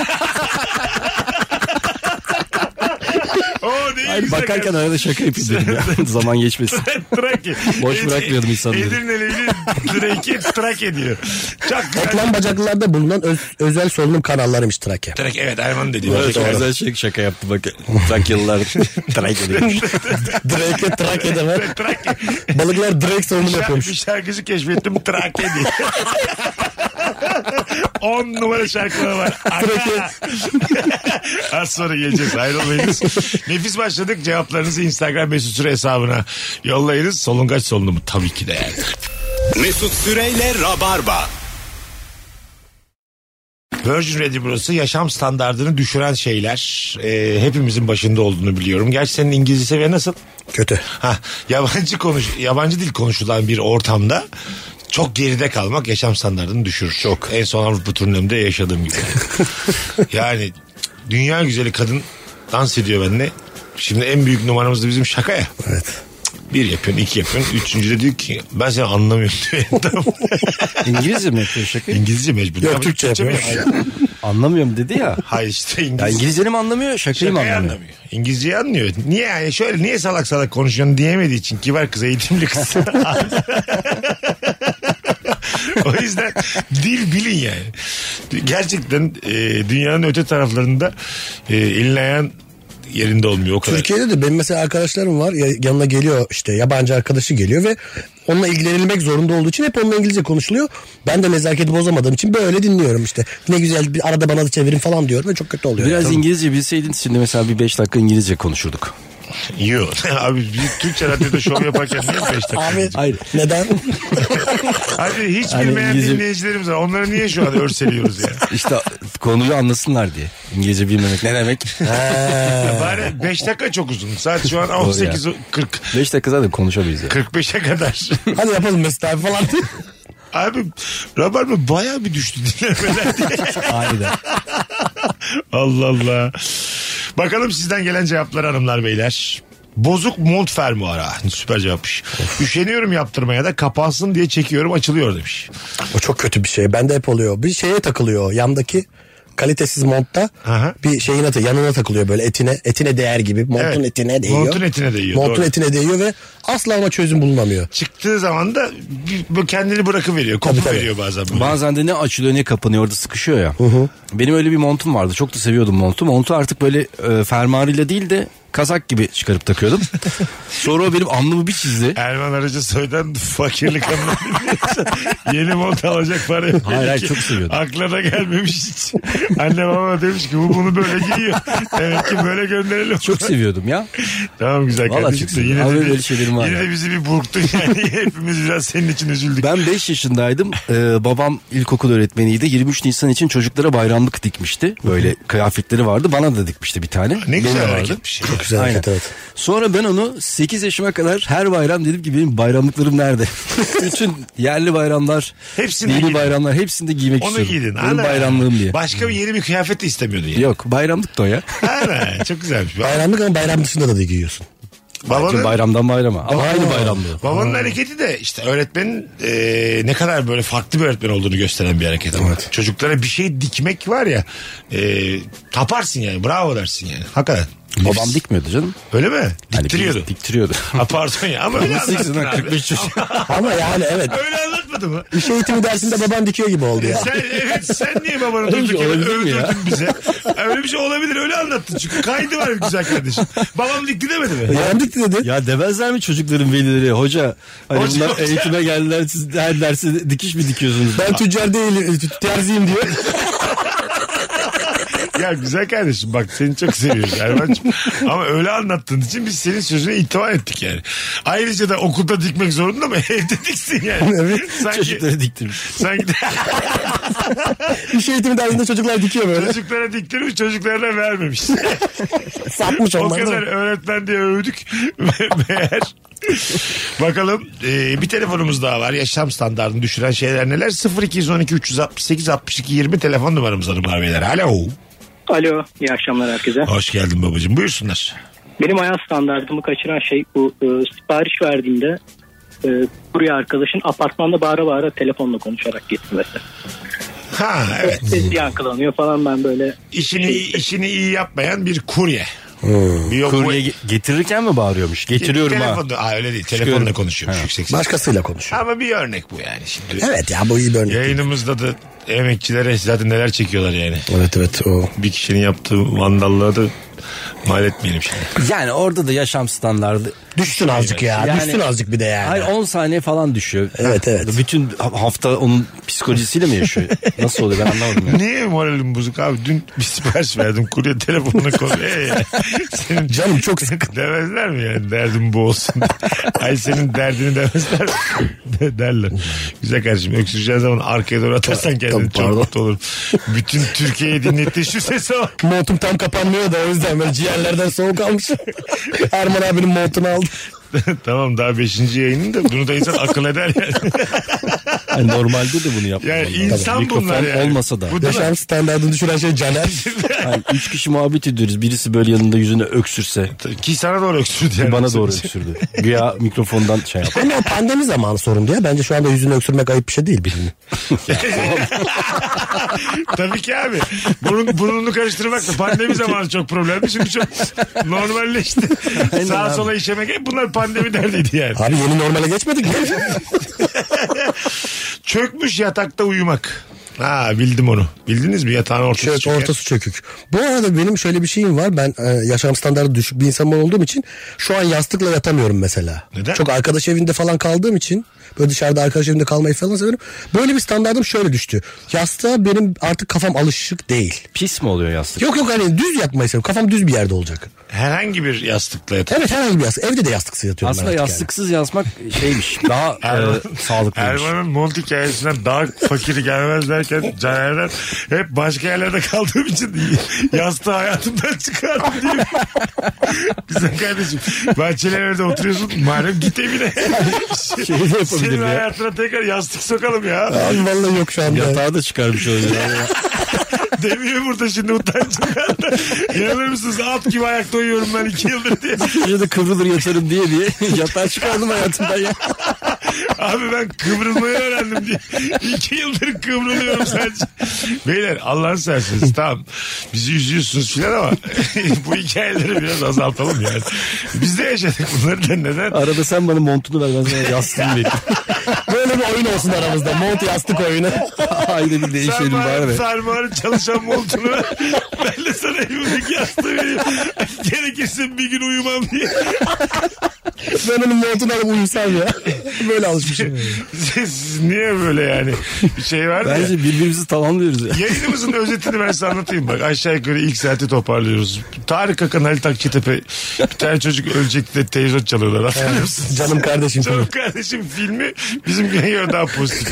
Oo ne Hayır, güzel bakarken kardeşim. arada şaka yapayım dedim ya. Zaman geçmesin. Trakya. Boş bırakmıyordum insanları. Edirne'li Drake'i Trakya diyor. Çok güzel. Ekran bacaklılarda bulunan özel solunum kanallarıymış trake. Trakya evet Erman dedi. Evet, o güzel şaka yaptı bak. Trakyalılar Trakya diyormuş. Drake'e trake demek. Trakya. Balıklar Drake solunum Bir yapıyormuş. şarkıcı keşfettim Trakya diye. 10 numara şarkılar var. Az sonra geleceğiz. Ayrılmayınız. Nefis başladık. Cevaplarınızı Instagram Mesut Süre hesabına yollayınız. Solungaç solunumu tabii ki de yani. Mesut Süreyle Rabarba. Virgin Radio burası. Yaşam standartını düşüren şeyler. Hepimizin başında olduğunu biliyorum. Gerçi senin İngilizce seviye nasıl? Kötü. Yabancı dil konuşulan bir ortamda çok geride kalmak yaşam standartını düşürür. Çok. En son Avrupa turnemde yaşadığım gibi. Yani dünya güzeli kadın dans ediyor benimle. Şimdi en büyük numaramız da bizim şaka ya. Evet. Bir yapıyorsun, iki yapıyorsun. Üçüncü de diyor ki ben seni anlamıyorum diyor. Tamam. İngilizce mi yapıyor şaka? İngilizce mecbur. Yok, Ama Türkçe mi yapıyor. yapıyor? Anlamıyorum dedi ya. Hayır işte Ya İngilizce. İngilizceyi mi anlamıyor şakayı mı Şakayı anlamıyor? anlamıyor. İngilizceyi anlıyor. Niye yani şöyle niye salak salak konuşuyorsun diyemediği için kibar kız eğitimli kız. O yüzden dil bilin yani. Gerçekten dünyanın öte taraflarında elin ayağın yerinde olmuyor o kadar. Türkiye'de de benim mesela arkadaşlarım var yanına geliyor işte yabancı arkadaşı geliyor ve onunla ilgilenilmek zorunda olduğu için hep onunla İngilizce konuşuluyor. Ben de nezaketi bozamadığım için böyle dinliyorum işte. Ne güzel bir arada bana da çevirin falan diyorum ve çok kötü oluyor. Biraz yani. İngilizce bilseydin şimdi mesela bir 5 dakika İngilizce konuşurduk. Yok. Abi biz Türkçe radyoda şov yaparken niye 5 dakika? Abi Hayır. neden? Hadi hiç Hani bilmeyen İngilizce- dinleyicilerimiz var. Onları niye şu an örseliyoruz ya? İşte konuyu anlasınlar diye. İngilizce bilmemek ne demek? Bari 5 dakika çok uzun. Saat şu an 18.40. 5 dakika zaten konuşamayız ya. 45'e kadar. Hadi yapalım Mesut abi falan. Abi Rabarba bayağı bir düştü dinlemeler diye. Aynen. Allah Allah. Bakalım sizden gelen cevaplar hanımlar beyler. Bozuk mont fermuarı. Süper cevapmış. Üşeniyorum yaptırmaya da kapansın diye çekiyorum açılıyor demiş. O çok kötü bir şey. Bende hep oluyor. Bir şeye takılıyor. Yandaki kalitesiz montta Aha. bir yanına takılıyor böyle etine değer gibi. Montun Evet. etine değiyor. Montun etine değiyor, Montun doğru. etine değiyor ve asla ona çözüm bulunamıyor. Çıktığı zaman da kendini bırakıveriyor. Kopu Tabii. veriyor bazen. Böyle. Bazen de ne açılıyor ne kapanıyor orada sıkışıyor ya. Benim öyle bir montum vardı. Çok da seviyordum montu. Montu artık böyle fermuarıyla değil de kazak gibi çıkarıp takıyordum. Sonra o benim alnımı bir çizdi. Erman Arıcı Soy'dan fakirlik anlamında yeni mont alacak para yok. Hayır, çok seviyordum. Aklına gelmemiş hiç. Anne baba demiş ki bu bunu böyle giyiyor. Demek ki böyle gönderelim. Çok seviyordum ya. Tamam güzel Vallahi kardeşim. çok seviyorum. Abi böyle şeylerim var yine ya. de bizi bir burktun yani. Hepimiz biraz senin için üzüldük. Ben 5 yaşındaydım. Babam ilkokul öğretmeniydi. 23 Nisan için çocuklara bayramlık dikmişti. Böyle kıyafetleri vardı. Bana da dikmişti bir tane. Ne güzel Benim vardı. hareketmiş. Çok güzel hareket, evet. Sonra ben onu 8 yaşıma kadar her bayram dedim ki benim bayramlıklarım nerede? Bütün yerli bayramlar, Hepsini dini giydin. bayramlar hepsinde giymek Onu istiyorum. giydin. Benim bayramlığım diye. Başka bir yeni bir kıyafet de istemiyordun yani. Yok, bayramlık da o ya. Ana, çok güzelmiş. Bayramlık ama bayram dışında da giyiyorsun. Bence bayramdan bayrama. Ama aynı bayramlığı. Babanın hareketi de işte öğretmenin ne kadar böyle farklı bir öğretmen olduğunu gösteren bir hareket. Evet. Çocuklara bir şey dikmek var ya taparsın yani, bravo dersin yani. Hakikaten. Babam dikmiyordu canım. Öyle mi? Hani Diktiriyordu. diktiriyordu. Ha, pardon ya ama öyle anlattın abi. 45 çocuk. Ama yani evet. Öyle anlatmadı mı? İş eğitimi dersinde baban dikiyor gibi oldu ya. Sen niye babanı Öyle bir durduk şey yere olabilir mi ya? övdürdün bize? Öyle bir şey olabilir, öyle anlattın çünkü kaydı var güzel kardeşim. Babam dikti demedi mi? Babam dikti dedi. Ya demezler mi çocukların velileri? Hoca hani Hoca, bunlar hoca. eğitime geldiler, siz her dersi dikiş mi dikiyorsunuz? Ben tüccar değilim, terziyim diyor. Ya güzel kardeşim bak seni çok seviyoruz Erman'cığım. Ama öyle anlattığın için biz senin sözüne itibar ettik yani. Ayrıca da okulda dikmek zorunda mı? Evde diksin yani. Evet. Çocukları diktirmiş. Sanki İş eğitimi dersinde çocuklar dikiyor böyle. çocuklara diktirmiş, çocuklarına vermemiş. Satmış O onlar kadar da. öğretmen diye övdük. Meğer. Bakalım bir telefonumuz daha var. Yaşam standartını düşüren şeyler neler? 0212 368 62 20 telefon numaramız hanımlar beyler. Alo. Alo, iyi akşamlar herkese. Hoş geldin babacığım, buyursunlar. Benim hayat standartımı kaçıran şey bu sipariş verdiğimde kurye arkadaşın apartmanda bağıra bağıra telefonla konuşarak getirmesi. Ha evet. Ses yankılanıyor falan, ben böyle... İşini iyi yapmayan bir kurye. Bir Kurye getirirken mi bağırıyormuş? Getiriyorum ha. Telefonda, öyle değil. Telefonla konuşuyormuş yüksek ses. Başkasıyla konuşuyor. Ama bir örnek bu yani şimdi. Evet ya, bu iyi bir örnek. Yayınımızda da emekçilere zaten neler çekiyorlar yani. Evet o. Bir kişinin yaptığı vandallığı da mal etmeyelim şimdi. Yani orada da yaşam standardı Düşsün azıcık ya. Yani- Düşsün azıcık bir de yani. hayır 10 saniye falan düşüyor. Evet. Bütün hafta onun psikolojisiyle mi yaşıyor? Nasıl oluyor ben anlamadım ya. Niye moralim bozuk abi? Dün bir sipariş verdim. Kurye telefonuna konuyor. Senin Canım çok sıkı. demezler mi yani derdim bu olsun? Ay senin derdini demezler mi? Derler. Güzel kardeşim, öksüreceğin zaman arkaya doğru atarsan kendini çok mutlu olurum. Bütün Türkiye'yi dinlettiği şu sesi o. Montum tam kapanmıyor da o yüzden böyle ciğerlerden soğuk almış. Erman abinin montunu aldı. Tamam, daha 5. yayınında bunu da insan akıl eder yani. Yani normalde de bunu yapmam. Yani insan Mikrofon bunlar yani. olmasa da. Bu da Yaşam standartını düşüren şey Caner. Yani 3 kişi muhabbet ediyoruz. Birisi böyle yanında yüzüne öksürse. ki sana doğru öksürdü yani. Bana doğru öksürdü. Güya mikrofondan şey yaptı. Ama o pandemi zamanı sorun diye. Bence şu anda yüzünü öksürmek ayıp bir şey değil birinin. Tabii ki abi. Burnunu karıştırmak da pandemi zamanı çok problemli. Şimdi çok normalleşti. Sağa sola işemek hep bunlar pandemi derdiydi yani. Abi yeni normale geçmedik mi? Çökmüş yatakta uyumak. Ha, bildim onu. Bildiniz mi, yatağın ortası çöker. Ortası çökük. Bu arada benim şöyle bir şeyim var. Ben yaşam standartı düşük bir insan olduğum için şu an yastıkla yatamıyorum mesela. Neden? Çok arkadaş evinde falan kaldığım için, böyle dışarıda arkadaş evinde kalmayı falan severim. Böyle bir standardım şöyle düştü. Yastığa benim artık kafam alışık değil. Pis mi oluyor yastık? Yok hani düz yatmayı seviyorum. Kafam düz bir yerde olacak. Herhangi bir yastıkla yatar. Evet, herhangi bir yastık. Evde de yastıksız yatıyorum. Aslında ben artık yastıksız yatmak şeymiş. Daha sağlıklıymış. Erman'ın mont hikayesinden daha fakiri gelmez derken Caner'den hep başka yerlerde kaldığım için yastığı hayatımdan çıkardım diye. Güzel kardeşim. Bahçelerde oturuyorsun. Madem git evine. Şey de yapabilir Senin ya. hayatına tekrar yastık sokalım ya. Yani. Abi vallahi yok şu anda. Yatağı da çıkarmış olabilir. Demiyor burada şimdi utancından. İnanır mısınız? At gibi ayakta uyuyorum ben 2 yıldır diye. Gece de kıvrılır yatarım diye yatağı çıkardım hayatımdan ya. Abi ben kıvrılmayı öğrendim diye. 2 yıldır kıvrılıyorum sadece. Beyler Allah'ını seversiniz. Tamam. Bizi üzüyorsunuz filan ama bu hikayeleri biraz azaltalım yani. Biz de yaşadık bunları da, neden? Arada sen bana montunu ver, ben sana yastığını vereyim. Böyle Böyle bir oyun olsun aramızda. Mont yastık oyunu. Ayda bir Sen değişelim bana bari. fermuarın çalışan montunu ver. Ben de sana evimdeki yastığı vereyim. Gerekirse bir gün uyumam diye. Ben onun montunu alıp uyusam ya. Böyle alışmışım. Siz niye böyle yani? Bir şey var mı? Bence birbirimizi tamamlıyoruz ya. Yayınımızın özetini ben size anlatayım bak. Aşağı yukarı ilk saati toparlıyoruz. Tarık Akan, Halit Akçatepe, bir tane çocuk ölecekti de televizyon çalıyorlar. Hatırlıyor musun? Canım kardeşim. Canım kardeşim filmi bizim göre daha pozitif.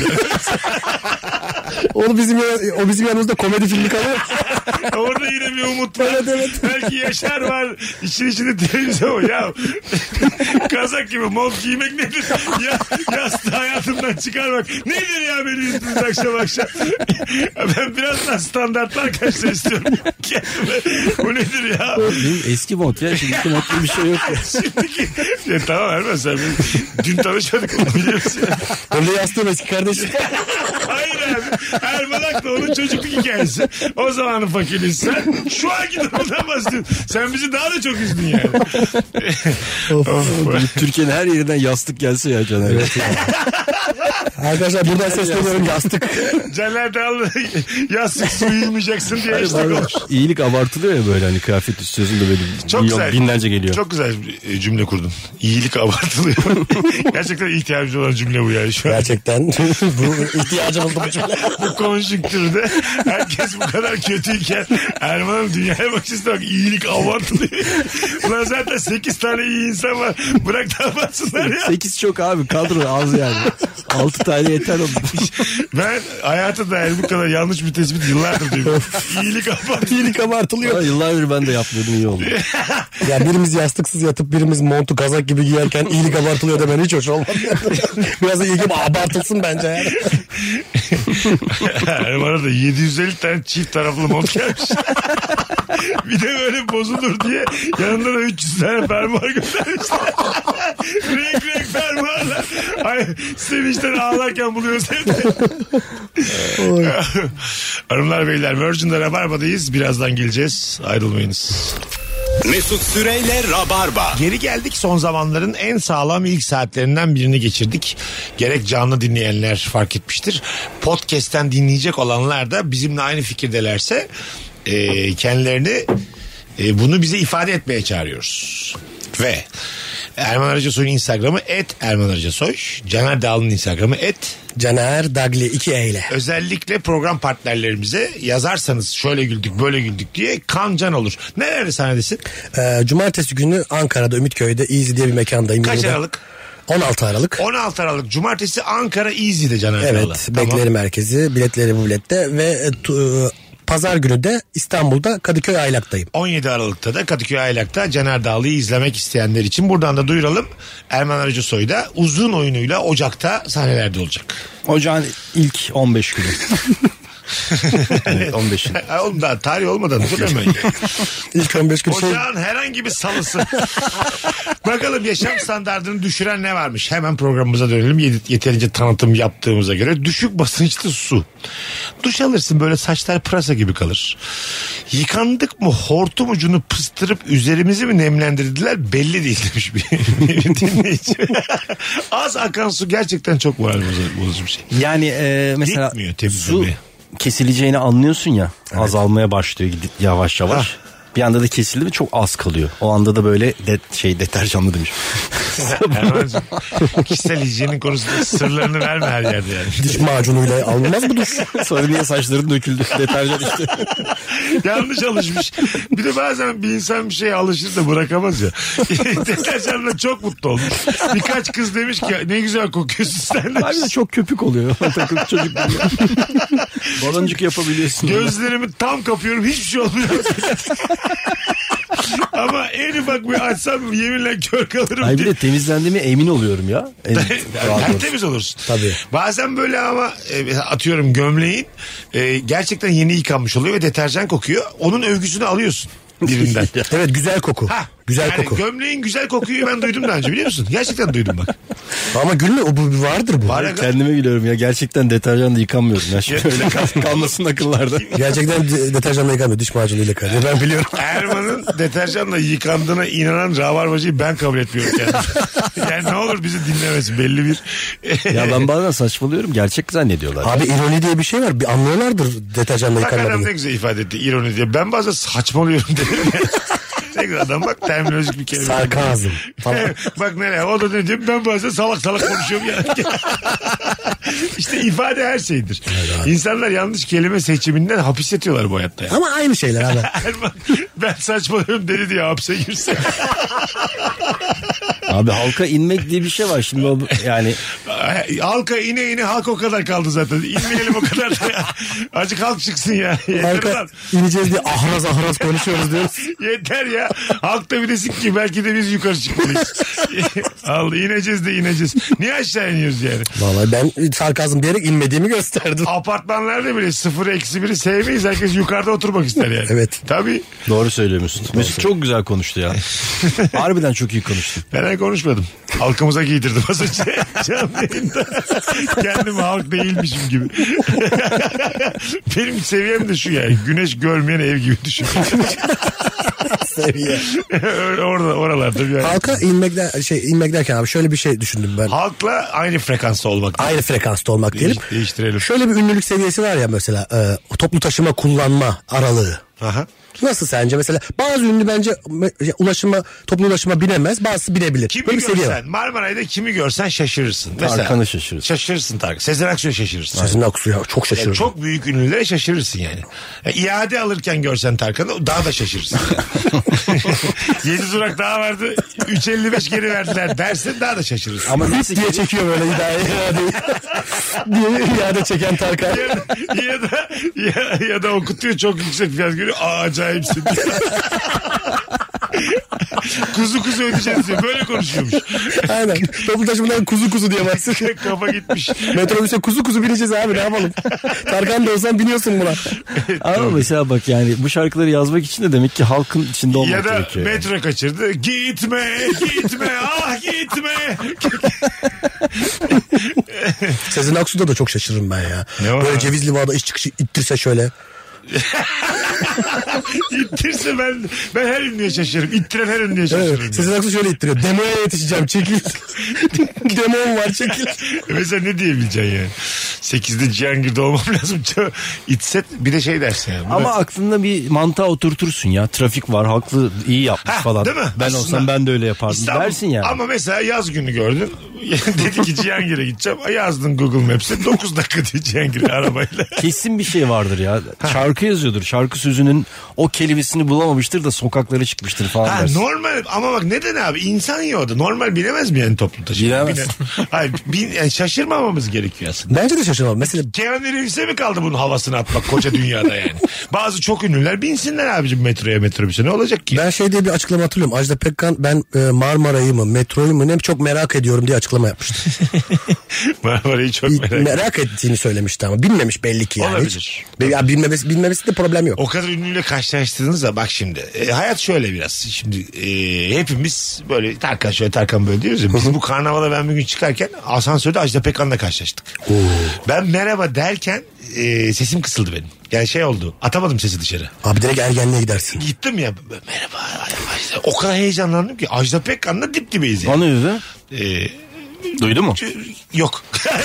O bizim yanımızda komedi filmi kalıyor. Orada yine bir umut var. Evet. Belki Yaşar var. İçin içinde televizyon ya. Kazak gibi mont giymek nedir? Yastığı hayatımdan çıkarmak. Nedir ya beni üstünüz akşam? Ben biraz daha standartlar kaçta istiyorum. Bu nedir ya? Benim eski mod ya. Şimdiki modda bir şey yok ya. Şimdiki... Ya tamam Erman sen dün tanışmadık onu biliyorsun ya. Öyle yastığım eski kardeşim. Hayır abi. Erman Ak'la onun çocukluk hikayesi. O zamanın fakiriz sen. Şu anki durumdan bahsediyorsun. Sen bizi daha da çok üzdün yani. Türkiye'nin her yerinden yastık gelse ya Caner. Arkadaşlar buradan sesleniyorum yastık. Caner Dağlı yastık su uyumayacaksın diye işte olmuş. İyilik abartılıyor ya böyle hani kıyafet istiyorsun da böyle Çok güzel. binlerce geliyor. Çok güzel bir cümle kurdun. İyilik abartılıyor. Gerçekten ihtiyacı olan cümle bu yani şu an. Gerçekten bu ihtiyacımız bu cümle. Bu konjüktürde herkes bu kadar kötüyken Erman'ın dünyaya bakışına bak iyilik abartılıyor. Ulan zaten 8 tane iyi insan var. Bırak da abartsınlar ya. 8 çok abi kadro az yani. 6 tane yeter oldu. Ben hayata dair bu kadar yanlış bir tespit yıllardır duyuyorum. İyilik abartılıyor. İyilik abartılıyor. Yıllardır ben de yapmıyordum iyi oldu. Ya birimiz yastıksız yatıp birimiz montu kazak gibi giyerken iyilik abartılıyor demen hiç hoş olmadı. Biraz da ilgi abartılsın bence yani. Erman'a da 750 tane çift taraflı mont gelmiş. Bir de böyle bozulur diye yanında da 300 tane fermuar göndermişler. renk fermuarlar. Ay, sevinçten ağlarken buluyoruz evde. Hanımlar beyler Virgin'de Rabarba'dayız. Birazdan geleceğiz. Ayrılmayınız. Mesut Süreyle Rabarba. Geri geldik, son zamanların en sağlam ilk saatlerinden birini geçirdik. Gerek canlı dinleyenler fark etmiştir. Podcast'ten dinleyecek olanlar da bizimle aynı fikirdelerse kendilerini bunu bize ifade etmeye çağırıyoruz. Ve Erman Arıcasoy'un Instagram'ı @ErmanArıcasoy. Caner Dağlı'nın Instagram'ı Caner Dagli 2 ile. Özellikle program partnerlerimize yazarsanız şöyle güldük böyle güldük diye kan olur. Nerede sahnedesin? Cumartesi günü Ankara'da Ümitköy'de Easy diye bir mekandayım. Kaç Aralık? 16 Aralık. 16 Aralık Cumartesi Ankara Easy'de Caner Dağlı. Evet, Bekleri Merkezi, biletleri bu bilette ve Pazar günü de İstanbul'da Kadıköy Aylak'tayım. 17 Aralık'ta da Kadıköy Aylak'ta Caner Dağlı'yı izlemek isteyenler için buradan da duyuralım. Erman Arıcasoy da uzun oyunuyla Ocak'ta sahnelerde olacak. Ocağın ilk 15 günü. Evet, 15. Oğlum daha tarih olmadan dur hemen. İlk 15 gün şey... Ocağın herhangi bir salısı. Bakalım yaşam standartını düşüren ne varmış? Hemen programımıza dönelim. Yeterince tanıtım yaptığımıza göre. Düşük basınçlı su. Duş alırsın böyle saçlar pırasa gibi kalır. Yıkandık mı hortum ucunu pıstırıp üzerimizi mi nemlendirdiler belli değil demiş bir dinleyici. Az akan su gerçekten çok moral bozucu bir şey. Yani mesela Gitmiyor su temizlemeye. kesileceğini anlıyorsun ya, evet. Azalmaya başlıyor yavaş yavaş. Bir anda da kesildi ve çok az kalıyor. O anda da böyle deterjanlı demiş. Erman'cığım kişisel hijyenin konusunda sırlarını verme her yerde yani. Diş macunuyla alınmaz mı duş? Sonra niye saçların döküldü? Deterjan işte. Yanlış alışmış. Bir de bazen bir insan bir şeye alışır da bırakamaz ya. Deterjanla çok mutlu olmuş. Birkaç kız demiş ki ne güzel kokuyorsun sen demiş. Abi de çok köpük oluyor. Takılı çocuk. Baloncuk yapabiliyorsun. Gözlerimi tam kapıyorum hiçbir şey olmuyor. Ama en ufak bir açsam yeminle kör kalırım. Ay bir de temizlendiğime emin oluyorum ya. Tertemiz olursun. Tabii. Bazen böyle ama atıyorum gömleğin gerçekten yeni yıkanmış oluyor ve deterjan kokuyor. Onun övgüsünü alıyorsun birinden. Evet, güzel koku. Güzel Yani koku. gömleğin güzel kokuyu ben duydum daha önce biliyor musun? Gerçekten duydum bak. Ama gülme, o bu vardır bu. Var ya- Kendime gülüyorum ya. Gerçekten deterjanla yıkanmıyorum ya. Şimdi öyle kalmasın akıllarda. Gerçekten deterjanla yıkamıyor, diş macunuyla yıkanıyor. Ben biliyorum. Erman'ın deterjanla yıkandığına inanan rabarbacıyı ben kabul etmiyorum kendimi. Yani ne olur bizi dinlemesin belli bir. Ya ben bazen saçmalıyorum. Gerçek zannediyorlar. Abi ironi diye bir şey var. Bir anlıyorlardır deterjanla Bak adam yıkanmadığını. ne güzel ifade etti ironi diye. Ben bazen saçmalıyorum dedim ya. Ne güzel adam bak terminolojik bir kelime. Sarkazm falan. Bak nereye o da ne diyor ben bazen salak salak konuşuyorum ya. İşte ifade her şeydir. İnsanlar yanlış kelime seçiminden hapis yatıyorlar bu hayatta. Ya. Ama aynı şeyler abi. Erman ben saçmalıyorum dedi diye hapse girse. Abi halka inmek diye bir şey var. Şimdi o yani Halka ine halk o kadar kaldı zaten. İnmeyelim o kadar da ya. Azıcık halk çıksın ya. Yeter Arka lan. ineceğiz diye ahraz konuşuyoruz diyoruz. Yeter ya. Halk da bir desin ki belki de biz yukarı çıkmalıyız. Allah ineceğiz de ineceğiz. Niye aşağı iniyoruz yani? Vallahi ben sarkazm diyerek inmediğimi gösterdim. Apartmanlarda bile 0-1'i sevmeyiz. Herkes yukarıda oturmak ister yani. Evet. Tabii. doğru söylüyor Mesut. Mesut çok güzel konuştu ya. Harbiden çok iyi konuştu. Ben konuşmadım. Halkımıza giydirdim az önce. Canlı yayında. Kendimi halk değilmişim gibi. Benim seviyem de şu yani. Güneş görmeyen ev gibi düşün. Seviye. Oralarda bir Halka inmek derken abi şöyle bir şey düşündüm ben. halkla aynı frekansta olmak. Aynı frekansta olmak diyelim. Değiştirelim. Şöyle bir ünlülük seviyesi var ya mesela toplu taşıma kullanma aralığı. Aha. Nasıl sence? Mesela bazı ünlü bence toplu ulaşıma binemez, bazısı binebilir. Kimi Böyle bir seviye var. görsen Marmaray'da kimi görsen şaşırırsın. Tarkan'ı şaşırırsın. Şaşırırsın Tarkan. Sezen Aksu'ya şaşırırsın. Sezen Aksu ya çok şaşırdım. Yani çok büyük ünlülere şaşırırsın yani. İade alırken görsen Tarkan'ı daha da şaşırırsın. 7 durak daha vardı. 3.55 geri verdiler dersin daha da şaşırırsın. Ama Hıp diye çekiyor böyle iade diye iade çeken Tarkan. ya da okutuyor çok yüksek fiyat görüyor. Acayipsin. kuzu ödeyeceğiz diyor. Böyle konuşuyormuş. Aynen. Toplu taşımadan kuzu diye bahsediyor. Kafa gitmiş. Metrobüse kuzu bineceğiz abi, ne yapalım? Tarkan da olsan biniyorsun buna. Ama mesela bak yani bu şarkıları yazmak için de demek ki halkın içinde olmak Ya da gerekiyor. metro kaçırdı. Gitme gitme. Sezen Aksu'da da çok şaşırırım ben ya. Ne var Böyle abi? Cevizli Bağ'da iş çıkışı ittirse şöyle. İttirse ben her ünlüye şaşırırım. İttiren her ünlüye şaşırırım. Evet, Sezen Aksu şöyle ittiriyor. Demoya yetişeceğim, çekil. Demom var, çekil. Mesela ne diyebileceksin yani? 8'de Cihangir'de olmam lazım. İtset bir de şey dersin yani. Ama aklında bir mantığa oturtursun ya. Trafik var, haklı, iyi yapmış Ha, falan. değil mi? Ben Aslında olsam ben de öyle yapardım İstanbul- dersin yani. Ama mesela yaz günü gördün. Dedi ki Cihangir'e gideceğim. Yazdın Google Maps'e 9 dakika diyor Cihangir'e arabayla. Kesin bir şey vardır ya. Şarkı yazıyordur. Şarkı sözünün o kelimesini bulamamıştır da sokaklara çıkmıştır falan Ha, dersin. normal ama bak neden abi insan yiyordu. Normal bilemez mi yani toplu taşıma? Bilemez. Hayır, yani şaşırmamamız gerekiyor aslında. Bence de şaşırmam. Mesela Keanu Reeves'e mi kaldı bunun havasını atmak koca dünyada yani? Bazı çok ünlüler binsinler abicim metroya metrobüse ne olacak ki? ben şey diye bir açıklama hatırlıyorum. Ajda Pekkan ben Marmara'yı mı metroyu mu ne çok merak ediyorum diye açıklama yapmıştı. Marmara'yı çok merak ediyorum. Merak ettiğini söylemişti ama bilmemiş belli ki yani. Olabilir. Hiç. Ya bilmemesi de problem yok. O kadar ünlüyle karşılaştığınız da bak şimdi hayat şöyle biraz. Şimdi hepimiz böyle Tarkan şöyle Tarkan böyle diyoruz ya. Biz bu karnavala ben bir gün çıkarken asansörde Ajda Pekkan'la karşılaştık. Ben merhaba derken sesim kısıldı benim. Yani şey oldu atamadım sesi dışarı. Abi direkt ergenliğe gidersin. Gittim ya merhaba Ajda. O kadar heyecanlandım ki Ajda Pekkan'la dip dibeyiz yani. O ne dedi? Duydu mu? Yok.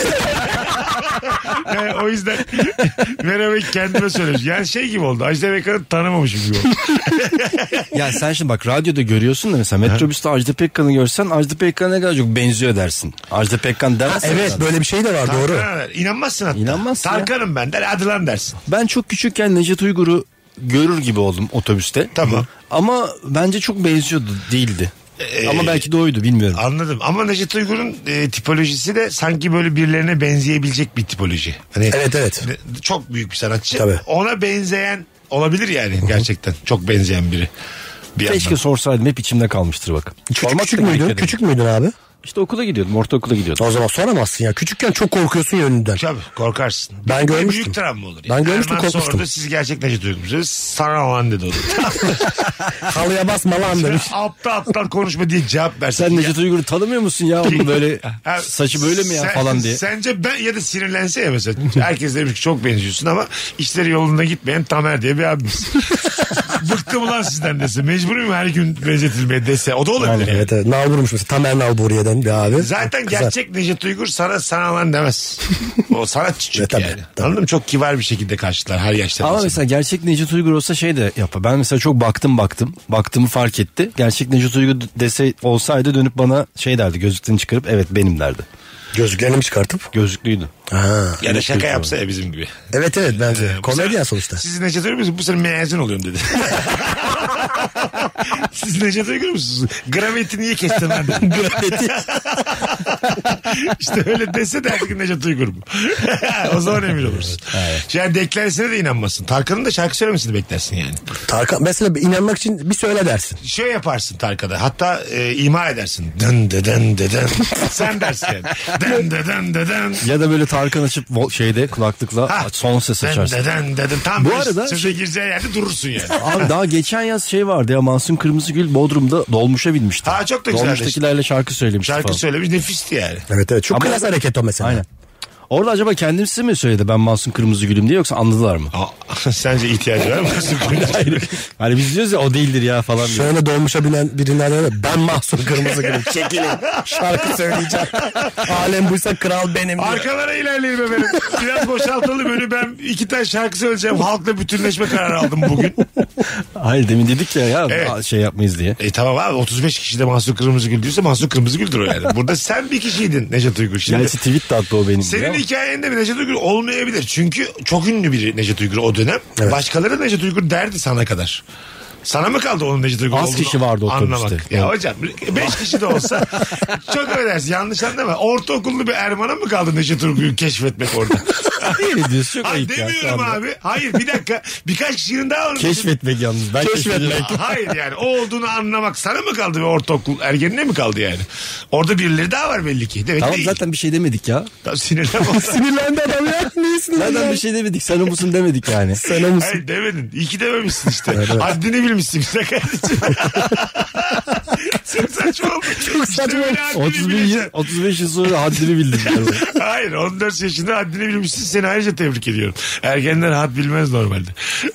Yani o yüzden merhaba kendime söylemiş. Yani şey gibi oldu. Ajda Pekkan'ı tanımamışım gibi oldu. Ya sen şimdi bak radyoda görüyorsun da mesela metrobüste Ajda Pekkan'ı görsen Ajda Pekkan'a ne kadar çok benziyor dersin. Ajda Pekkan demezsin. Evet böyle bir şey de var doğru. İnanmazsın hatta. İnanmazsın ya. Tarkan'ım ben der hadi lan dersin. Ben çok küçükken Necdet Uygur'u görür gibi oldum otobüste. Tamam. Ama bence çok benziyordu değildi. Ama belki de oydu bilmiyorum. Anladım ama Necdet Uygur'un tipolojisi de sanki böyle birilerine benzeyebilecek bir tipoloji. Hani Evet. Çok büyük bir sanatçı. Tabii. Ona benzeyen olabilir yani gerçekten. Çok benzeyen biri. Bir Keşke yandan. sorsaydım hep içimde kalmıştır bak. Sormak Küçük da müydün? gerekiyor. Küçük müydün abi? İşte okula gidiyordum. Ortaokula gidiyordum. O zaman soramazsın ya. Küçükken çok korkuyorsun yönünden. Tabii korkarsın. Ben görmüştüm. Büyük travma olur. Ben görmüştüm, Erman korkmuştum. sordu, siz gerçek Necdet Uygur musunuz? Sana olan dedi onu. Halıya basma lan demiş. aptal konuşma diye cevap versin. Sen Necdet Uygur'u tanımıyor musun ya? Onun böyle Ha, saçı böyle mi ya falan diye. Sence ben ya da sinirlense ya mesela. Herkes demiş ki çok benziyorsun ama işleri yolunda gitmeyen Tamer diye bir abimiz. Bıktım ulan sizden dese. Mecburum her gün benzetilmeye dese. O da olabilir. Yani. Evet. Nalburmuş mesela. Tamer Nalburiye'den bir abi. Zaten Kızar. gerçek Necdet Uygur sana lan demez. O sana küçük Tabii, yani. tabii. Anladın mı? Çok kibar bir şekilde karşılar her yaşta. Ama mesela gerçek Necdet Uygur olsa şey de yapar. Ben mesela çok baktığımı fark etti. Gerçek Necdet Uygur olsaydı dönüp bana şey derdi, gözlüklerini çıkarıp evet benim derdi. Gözlüklerini mi çıkartıp? Gözlüklüydü. Ha. ya da şaka yapsa ya bizim gibi. Evet bence. Komedyen sonuçta. Siz Necdet Uygur musunuz? Bu sene mezun oluyorum dedi. Siz Necdet Uygur musunuz? Graviti niye kestin ben dedim. Graviti. İşte öyle dese de artık Necdet Uygur mu? O zaman emin olursun. Evet. Yani deklarasına da inanmasın. Tarkan'ın da şarkı söylemesini beklersin yani. Tarkan mesela inanmak için bir söyle dersin. Şöyle yaparsın Tarkan'a. Hatta ima edersin. Dın dı dın dı dın. Sen dersin yani. Dın dı dın dı dın. Ya da böyle Tarkan açıp şeyde kulaklıkla son ses açarsın. Dın dı dın. Tam bu arada söze gireceği yerde durursun yani. Abi daha geçen yaz şey vardı ya, Mahsun Kırmızıgül Bodrum'da dolmuşa binmişti. Ha, çok da güzel. Dolmuştakilerle şarkı söylemişti Şarkı falan. söylemiş, nefisti yani. Evet. Çok Ama- klas hareket o mesela. Aynen. Orada acaba kendisi mi söyledi ben Mahsun Kırmızıgül'üm diye, yoksa anladılar mı? Sence ihtiyacı var mı? Hani biz diyoruz ya o değildir ya falan diye. Şöyle dolmuşa binen birinden öyle ben Mahsun Kırmızıgül'üm çekilin şarkı söyleyeceğim. Alem buysa kral benim diyor. Arkalara ilerleyelim efendim. Biraz boşaltalım önü, ben 2 tane şarkı söyleyeceğim. Halkla bütünleşme kararı aldım bugün. Hayır demin dedik ya Evet. şey yapmayız diye. Tamam abi, 35 kişi de Mahsun Kırmızıgül diyorsa Mahsun Kırmızıgül'dür o yani. Burada sen bir kişiydin Necdet Uygur. Şimdi Gerçi tweet de attı o benim. senin hikayende bir Necdet Uygur olmayabilir. Çünkü çok ünlü biri Necdet Uygur o dönem. Evet. Başkaları Necdet Uygur derdi sana kadar. Sana mı kaldı onun Necdet Uygur Az olduğunu kişi vardı otobüste. anlamak? Ya hocam 5 kişi de olsa çok ödersin, yanlış anlama. Ortaokullu bir Erman'a mı kaldı Necdet Uygur'u keşfetmek orada? Hayır diyorsun, çok Hayır ayıp ya şu demiyorum anda. abi. Hayır bir dakika. Birkaç kişinin daha onu Keşfetmek yalnız. Ben keşfetmek. Hayır yani o olduğunu anlamak sana mı kaldı ve ortaokul ergenine mi kaldı yani? Orada birileri daha var belli ki. Demek Tamam değil. zaten bir şey demedik ya. Tamam, sinirlenme. Sinirlendi adam ya. Niye sinirlendi? Zaten bir şey demedik. Sen o musun demedik yani. Sen o musun? Hayır demedin. İyi ki dememişsin işte. Haddini bilmişsin güzel kardeşim. Çok saçma oldu. Çok saçma. 35 yıl sonra haddini bildim. Hayır 14 yaşında haddini bilmişsin, seni ayrıca tebrik ediyorum. Ergenler had bilmez normalde.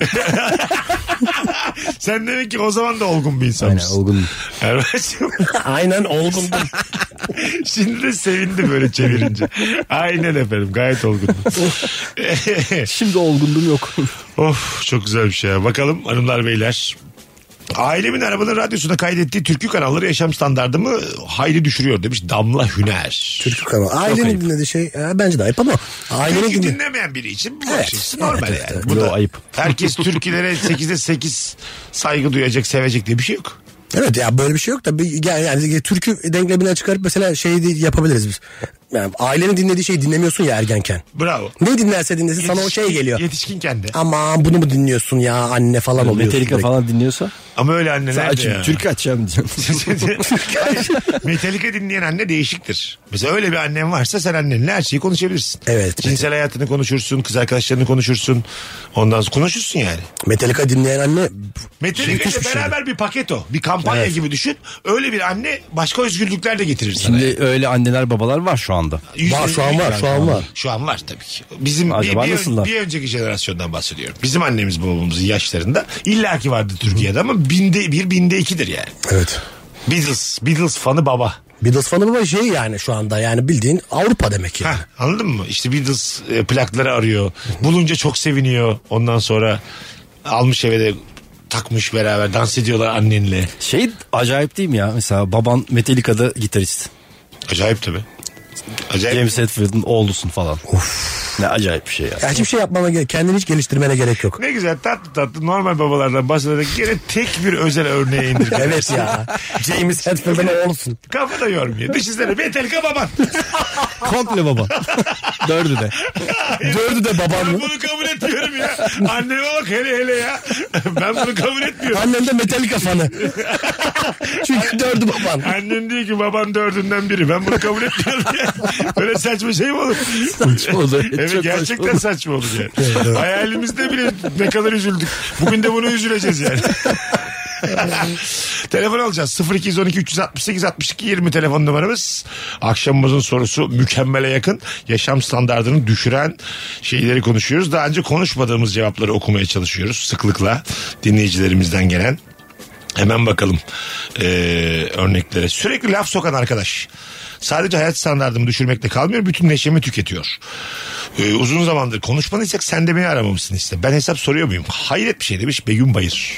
Sen demek ki o zaman da olgun bir Aynen insanmışsın. olgun. Erman'cığım. Aynen olgundum. Şimdi de sevindi böyle çevirince. Aynen efendim, gayet olgundum. Şimdi olgundum yok. Of çok güzel bir şey ya. Bakalım hanımlar beyler. Ailemin arabanın radyosuna kaydettiği türkü kanalları yaşam standartımı hayli düşürüyor demiş Damla Hüner. Türkü kanalı. Ailenin dinlediği şey bence de ayıp ama ailenin Türkü dinlediği. dinlemeyen biri için bu Evet, bakış açısı normal evet, yani. evet. Bu da Yo, ayıp. Herkes türkülere 8'e 8 saygı duyacak, sevecek diye bir şey yok. Evet ya böyle bir şey yok da yani türkü denkleminden çıkarıp mesela şey de yapabiliriz biz. Yani ailenin dinlediği şeyi dinlemiyorsun ya ergenken. Bravo. Ne dinlerse dinlesin sana o şey geliyor. Yetişkinken de. Aman bunu mu dinliyorsun ya anne falan oluyor. Metallica falan dinliyorsa Ama öyle anneler de açayım ya. Türk açacağım diyeceğim. Hayır, Metallica dinleyen anne değişiktir. Mesela öyle bir annen varsa sen annenle her şeyi konuşabilirsin. Evet. Cinsel hayatını konuşursun, kız arkadaşlarını konuşursun. Ondan sonra konuşursun yani. Metallica dinleyen anne Metallica müthiş ile bir şey. beraber bir paket o. Bir kampanya Evet. gibi düşün. Öyle bir anne başka özgürlükler de getirir sana. Şimdi öyle anneler babalar var şu anda. Var şu an var şu an var. Şu an var tabii ki. Bizim Acaba nasıllar? bir önceki jenerasyondan bahsediyorum. Bizim annemiz babamızın yaşlarında illaki vardı Türkiye'de ama binde ikidir yani. Evet. Beatles fanı baba. Beatles fanı baba şey yani şu anda yani bildiğin Avrupa demek yani. Heh, anladın mı? İşte Beatles plakları arıyor. Bulunca çok seviniyor. Ondan sonra almış eve de takmış, beraber dans ediyorlar annenle. Şey acayip değil mi ya? Mesela baban Metallica'da gitarist. Acayip tabii. Acayip. James Hetfield'ın oğlusun falan. Ne acayip bir şey ya. Ya hiçbir şey yapmana gerek, kendini hiç geliştirmene gerek yok. Ne güzel tatlı normal babalardan bahsederek gene tek bir özel örneğe indirdim. Evet ya. James Hetfield'ın oğlusun. Kafa da yormuyor. Düşünsene Metallica baban. Komple baba. Dördü de. Dördü de baban Ben mı? bunu kabul etmiyorum ya. Anneme bak hele ya. Ben bunu kabul etmiyorum. Annem de Metallica fanı. Çünkü dördü baban. Annen diyor ki baban dördünden biri. Ben bunu kabul etmiyorum ya. Böyle saçma şey mi olur? Saçma olur. Evet Çok gerçekten saçma olur. saçma olur yani. Hayalimizde bile ne kadar üzüldük. Bugün de bunu üzüleceğiz yani. Telefon alacağız. 0212 368 62 20 telefon numaramız. Akşamımızın sorusu mükemmele yakın. Yaşam standartını düşüren şeyleri konuşuyoruz. Daha önce konuşmadığımız cevapları okumaya çalışıyoruz. Sıklıkla dinleyicilerimizden gelen. Hemen bakalım örneklere. Sürekli laf sokan arkadaş. Sadece hayat standartımı düşürmekle kalmıyor. Bütün neşemi tüketiyor. Uzun zamandır konuşmadıysak sen de beni aramamışsın işte. Ben hesap soruyor muyum? Hayret bir şey demiş Begüm Bayır.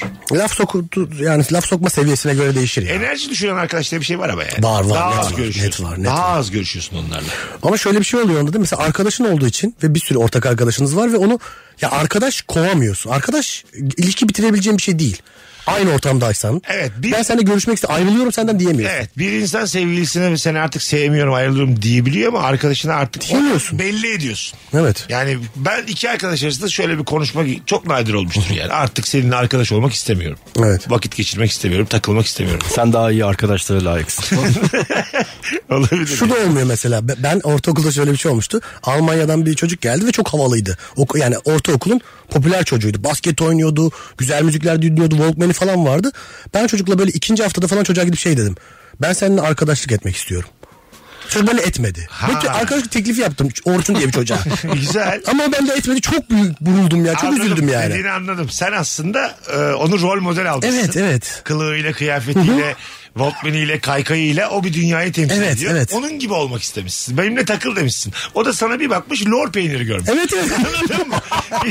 Laf sokma seviyesine göre değişir ya. Enerji düşüren arkadaşta bir şey var ama yani. Var, Daha net az var, görüşüyorsun. net Daha var. az görüşüyorsun onlarla. Ama şöyle bir şey oluyor onda da, mesela arkadaşın olduğu için ve bir sürü ortak arkadaşınız var ve onu ya arkadaş kovamıyorsun. Arkadaş ilişki bitirebileceğin bir şey değil. Aynı ortamdaysan. Evet, ben seninle görüşmek istiyorum, ayrılıyorum senden diyemiyorsun. Evet, bir insan sevgilisine seni artık sevmiyorum ayrılıyorum diyebiliyor ama arkadaşına artık diyemiyorsun. Belli ediyorsun. Evet. Yani ben iki arkadaş arasında şöyle bir konuşma çok nadir olmuştur yani. Artık seninle arkadaş olmak istemiyorum. Evet. Vakit geçirmek istemiyorum, takılmak istemiyorum. Sen daha iyi arkadaşlara layıksın. Olabilir. Şu da olmuyor mesela. Ben ortaokulda şöyle bir şey olmuştu. Almanya'dan bir çocuk geldi ve çok havalıydı. Yani ortaokulun popüler çocuğuydu. Basket oynuyordu, güzel müzikler dinliyordu, Walkman'i falan vardı. Ben çocukla böyle 2. haftada falan çocuğa gidip şey dedim. Ben seninle arkadaşlık etmek istiyorum. Çocuk beni etmedi. Ben arkadaşlık teklifi yaptım Orçun diye bir çocuğa. Güzel. Ama ben de etmedi. Çok büyük buruldum ya. Çok Anladım, üzüldüm yani. dediğini anladım. Sen aslında onu rol model almışsın. Evet, evet. Kılığıyla, kıyafetiyle, Walkman'iyle, kaykayıyla o bir dünyayı temsil Evet, ediyor. evet. Onun gibi olmak istemişsin. Benimle takıl demişsin. O da sana bir bakmış lor peyniri görmüş. Evet, evet. Anladın mı?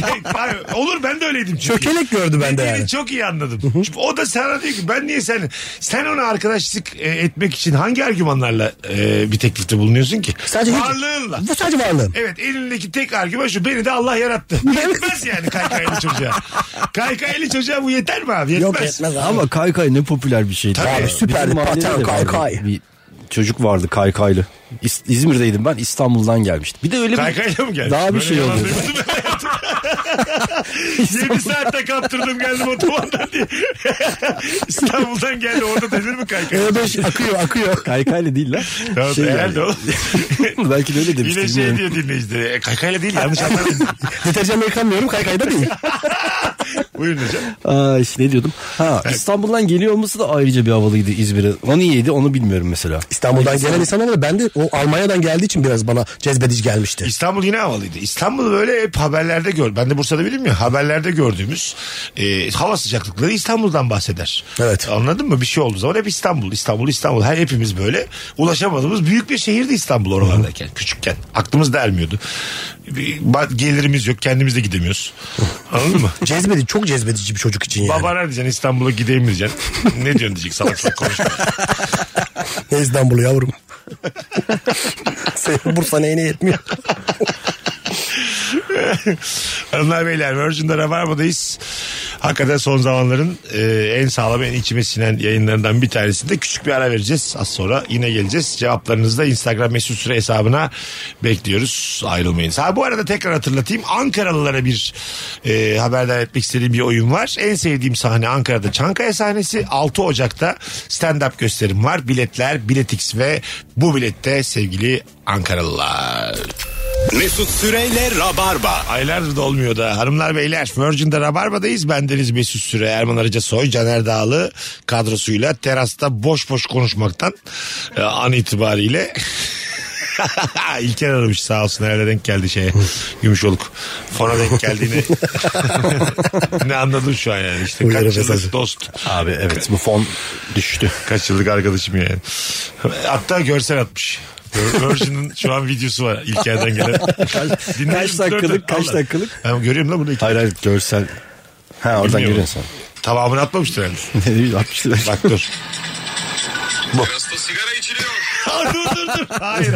Olur, ben de öyleydim çünkü. Çökelek gördü bende yani. Çok iyi anladım. Çünkü o da sana diyor ki ben niye sen ona arkadaşlık etmek için hangi argümanlarla bir teklifte bulunuyorsun ki? Sadece varlığınla. Bu sadece varlığın. Evet, elindeki tek argüman şu: beni de Allah yarattı. Yetmez yani kaykaylı çocuğa. Kaykaylı çocuğa bu yeter mi abi? Yetmez. Yok, yetmez abi. Ama kaykay ne popüler bir şeydi. Tabii. Abi süperdi. Bizim mahallede Paten, de vardı. kaykay. Bir çocuk vardı kaykaylı. İzmir'deydim ben, İstanbul'dan gelmişti. Bir de öyle bir Kaykayla mı gelmiş? daha bir Böyle şey yalan oldu. duymadım ben hayatımda. 7 saatte kaptırdım geldim otobandan diye. İstanbul'dan geldi, orada denir mi kaykay? E5 akıyor. Kaykaylı değil lan. Tamam, herhalde yani. o. Belki de öyle demiştim. Yine şey diyor dinleyicileri. Kaykayla değil, yanlış anladın. Deterjanla yıkanmıyorum, kaykayda değil. Buyurun hocam. Aa, işte ne diyordum? İstanbul'dan geliyor olması da ayrıca bir havalıydı İzmir'e. O niyeydi onu bilmiyorum mesela. İstanbul'dan gelen insanlar var. Ben de o Almanya'dan geldiği için biraz bana cezbedici gelmişti. İstanbul yine havalıydı. İstanbul'u böyle hep haberlerde gör. Ben de Bursa'da bilmiyorum ya, haberlerde gördüğümüz hava sıcaklıkları İstanbul'dan bahseder. Evet. Anladın mı? Bir şey olduğu zaman hep İstanbul. Hepimiz böyle ulaşamadığımız büyük bir şehirdi İstanbul oralardayken. Küçükken. Aklımız da ermiyordu. Gelirimiz yok. Kendimiz de gidemiyoruz. Anladın mı? Çok cezbedici bir çocuk için yani. Babana diyeceksin İstanbul'a gideyim diyeceksin. Ne diyorsun diyecek, salak salak konuşma. Ne İstanbul'u yavrum. Senin Bursa neyine yetmiyor. Hanımlar beyler, Virgin'de Rabarba'dayız. Hakikaten son zamanların en sağlam, en içime sinen yayınlarından bir tanesinde küçük bir ara vereceğiz. Az sonra yine geleceğiz. Cevaplarınızı da Instagram mesut süre hesabına bekliyoruz. Ayrılmayın. Bu arada tekrar hatırlatayım. Ankaralılara bir haberdar etmek istediğim bir oyun var. En sevdiğim sahne Ankara'da Çankaya sahnesi. 6 Ocak'ta stand-up gösterim var. Biletler Biletix ve bu bilette sevgili Ankaralılar. Mesut Süreyle Rabarba. Aylardır da olmuyor da. Hanımlar beyler, Virgin'de Rabarba'dayız. Bendeniz Mesut Süre, Erman Arıca Soy, Caner Dağlı kadrosuyla terasta boş boş konuşmaktan an itibariyle İlker aramış sağ olsun, herhalde denk geldi şeye. Gümüşoluk. Fona denk geldiğini ne anladım şu an yani. İşte Uyarı kaç yıllık mesajı. dost. Abi evet, bu fon düştü. Kaç yıllık arkadaşım yani. Hatta görsel atmış. Virgin'in şu an videosu var İlker'den gelen. Kaç dakikalık? Ben görüyorum da burada. Hayır görsel. Ha, oradan Bilmiyorum. görüyorsun Tamamını atmamıştır herhalde. sen. 60 lira. Bak dur. Terasta sigara içiliyor. Dur. Hayır.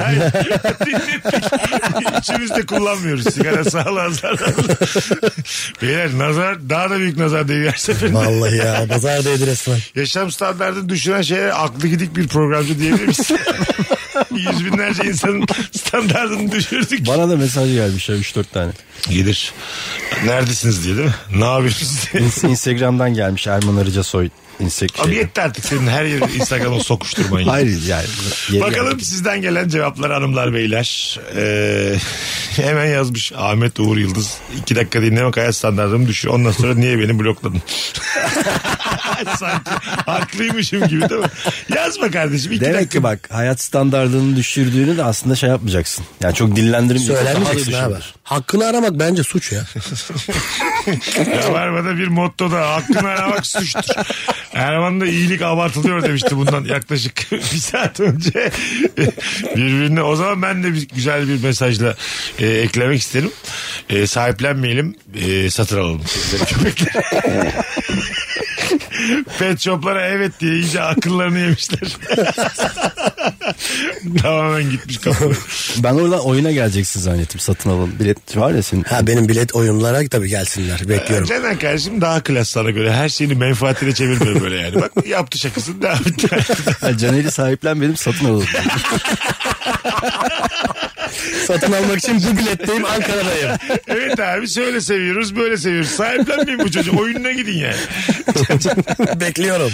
Üçümüz de kullanmıyoruz. Sigara sağlığa zararlı. Beyler nazar daha da büyük nazar değiyor her seferinde. Vallahi ya nazar değdi resmen. Yaşam standartını düşüren şeye aklı gidik bir programcı diyebilir misin? Yüz binlerce insanın standartını düşürdük. Bana da mesaj gelmiş ya 3-4 tane. Gelir. Neredesiniz diye değil mi? Ne yapıyorsunuz diye. Instagram'dan gelmiş Erman Arıca Soy. Abi yetti artık senin her yeri Instagram'a sokuşturmayın. Hayır yani. Bakalım sizden gelen cevaplar hanımlar beyler. Hemen yazmış Ahmet Uğur Yıldız. 2 dakika dinlemek hayat standartımı düşüyor. Ondan sonra niye beni blokladın? Sanki haklıymışım gibi değil mi? Yazma kardeşim. 2 Demek dakika. ki bak hayat standartını düşürdüğünü de aslında şey yapmayacaksın. Yani çok dillendirmeyeceksin. Söylenmeyeceksin abi. Hakkını aramak bence suç ya. Rabarba'da bir motto da hakkını aramak suçtur. Erman'da iyilik abartılıyor demişti bundan yaklaşık bir saat önce. Birbirine o zaman ben de güzel bir mesajla eklemek isterim. Sahiplenmeyelim, satın alalım. Pet shoplara evet diye iyice akıllarını yemişler. Tamamen gitmiş kafaları. Ben oradan oyuna geleceksin zannettim, satın alalım. Bilet var ya senin. Ha benim bilet oyunlara tabii gelsinler. Bekliyorum. Caner kardeşim daha klas sana göre. Her şeyini menfaatine çevirmiyor böyle yani. Bak yaptı şakasını devam etti. Caner'i sahiplenmedim, satın alalım. Satın almak için bu biletteyim, Ankara'dayım. Evet abi şöyle seviyoruz böyle seviyoruz. Sahiplenmeyin bu çocuğu. Oyununa gidin yani. Bekliyorum.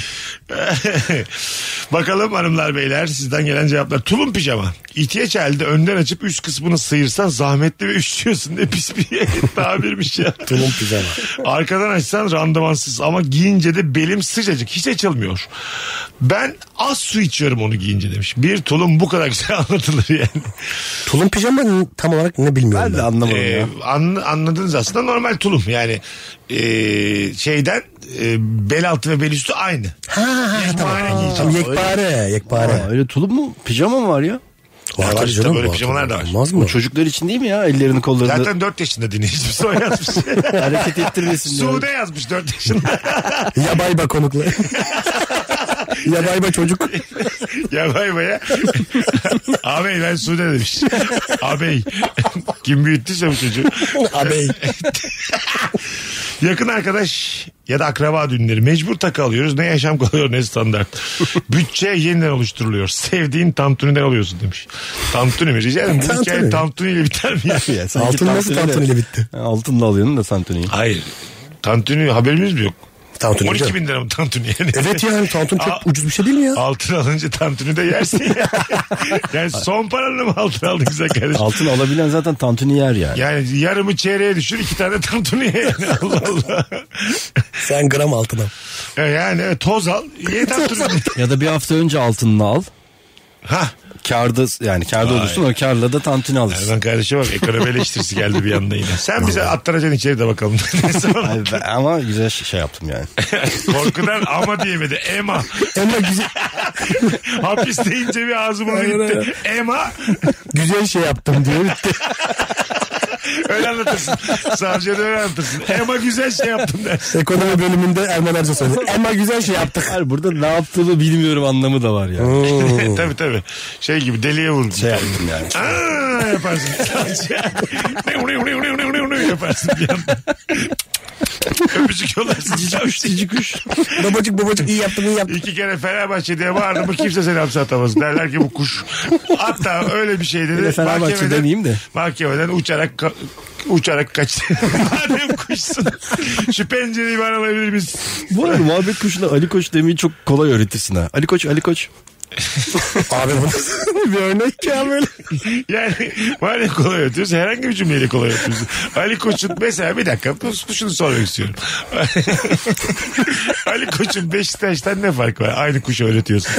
Bakalım hanımlar beyler sizden gelen cevaplar. Tulum pijama. İhtiyaç halinde önden açıp üst kısmını sıyırsan zahmetli ve üşüyorsun. Ne pis bir tabirmiş ya. Tulum pijama. Arkadan açsan randımansız ama giyince de belim sıcacık. Hiç açılmıyor. Ben az su içiyorum onu giyince demiş. Bir tulum bu kadar güzel anlatılır yani. Tulum pijama tam olarak ne bilmiyorum Ben de anlamadım ya. Anladınız aslında normal tulum yani şeyden bel altı ve bel üstü aynı. Tamam, yekpare. Aa, öyle tulum mu? Pijama mı var ya? Var işte canım, böyle var, pijamalar da var. Olmaz mı? O çocuklar için değil mi ya? Ellerini kollarını Zaten 4 yaşında dinleyicimiz o yazmış. hareket ettirmesin diye. Sude yazmış 4 yaşında. Yabayba konuklu. Yabayba çocuk. Yabayba'ya. Ağabey ben Sude demiş. Ağabey. Kim büyüttüyse bu çocuğu. Ağabey. Yakın arkadaş ya da akraba düğünleri mecbur takı alıyoruz. Ne yaşam kalıyor ne standart. Bütçe yeniden oluşturuluyor. Sevdiğin tantuniden alıyorsun demiş. Tantuni mi? Rica ederim. Bu Tantuni. hikaye tantuni ile biter mi ya? Ya, sanki Altın nasıl tantuniyle bitti? Altınla alıyorsun da tantuniyi. Hayır. Tantuni haberimiz mi yok? Tantuni 12 canım. bin lira mı tantuni yani? Evet yani tantuni çok ucuz bir şey değil mi ya? Altın alınca tantuni de yersin ya. Yani son paranla mı altın aldın güzel kardeşim? Altın alabilen zaten tantuni yer yani. Yani yarımı çeyreğe düşür 2 tane tantuni ye yani. Allah Allah. Sen gram altına. Yani evet, toz al ye tantuni. Ya da bir hafta önce altınını al. Ha. Kârda yani kârda olursun, o kârla da tantuni alırsın. Erman kardeşe bak ekonomi eleştirisi geldi bir anda yine. Sen bize attaracaksın içeri de bakalım. Ama güzel şey yaptım yani. Korkudan ama diyemedi. Ema. Ama güzel, Hapis deyince bir ağzım onu gitti. Ema. güzel şey yaptım diyor. Öyle anlatırsın. Savcıya da öyle anlatırsın. Ema güzel şey yaptım dersin. Ekonomi bölümünde Erman Arca söyledi. Ama güzel şey yaptık. Hayır, burada ne yaptığımı bilmiyorum anlamı da var yani. Tabii. Şey gibi deliye vurdun. Şey yaptım yani. Aa, yaparsın. Yaparsın bir anda. Öpücük yollarsın. Cici kuş. Babacık iyi yaptım. 2 kere Fenerbahçe diye bağırdı mı kimse seni hapse atamaz. Derler ki bu kuş. Hatta öyle bir şey dedi. Bir de Fenerbahçe demeyeyim de. Mahkemeden uçarak kaçtı. Madem kuşsun. Şu pencereyi bana alabilir miyiz? Bu arada muhabbet kuşuna Ali Koç demeyi çok kolay öğretirsin ha. Ali Koç. Abi bu bir örnek ya böyle. Yani madem kolay öğretiyoruz herhangi bir cümleyle kolay öğretiyoruz. Ali Koç'un mesela bir dakika şunu sormak istiyorum. Ali Koç'un Beşiktaş'tan ne farkı var? Aynı kuşu öğretiyorsun.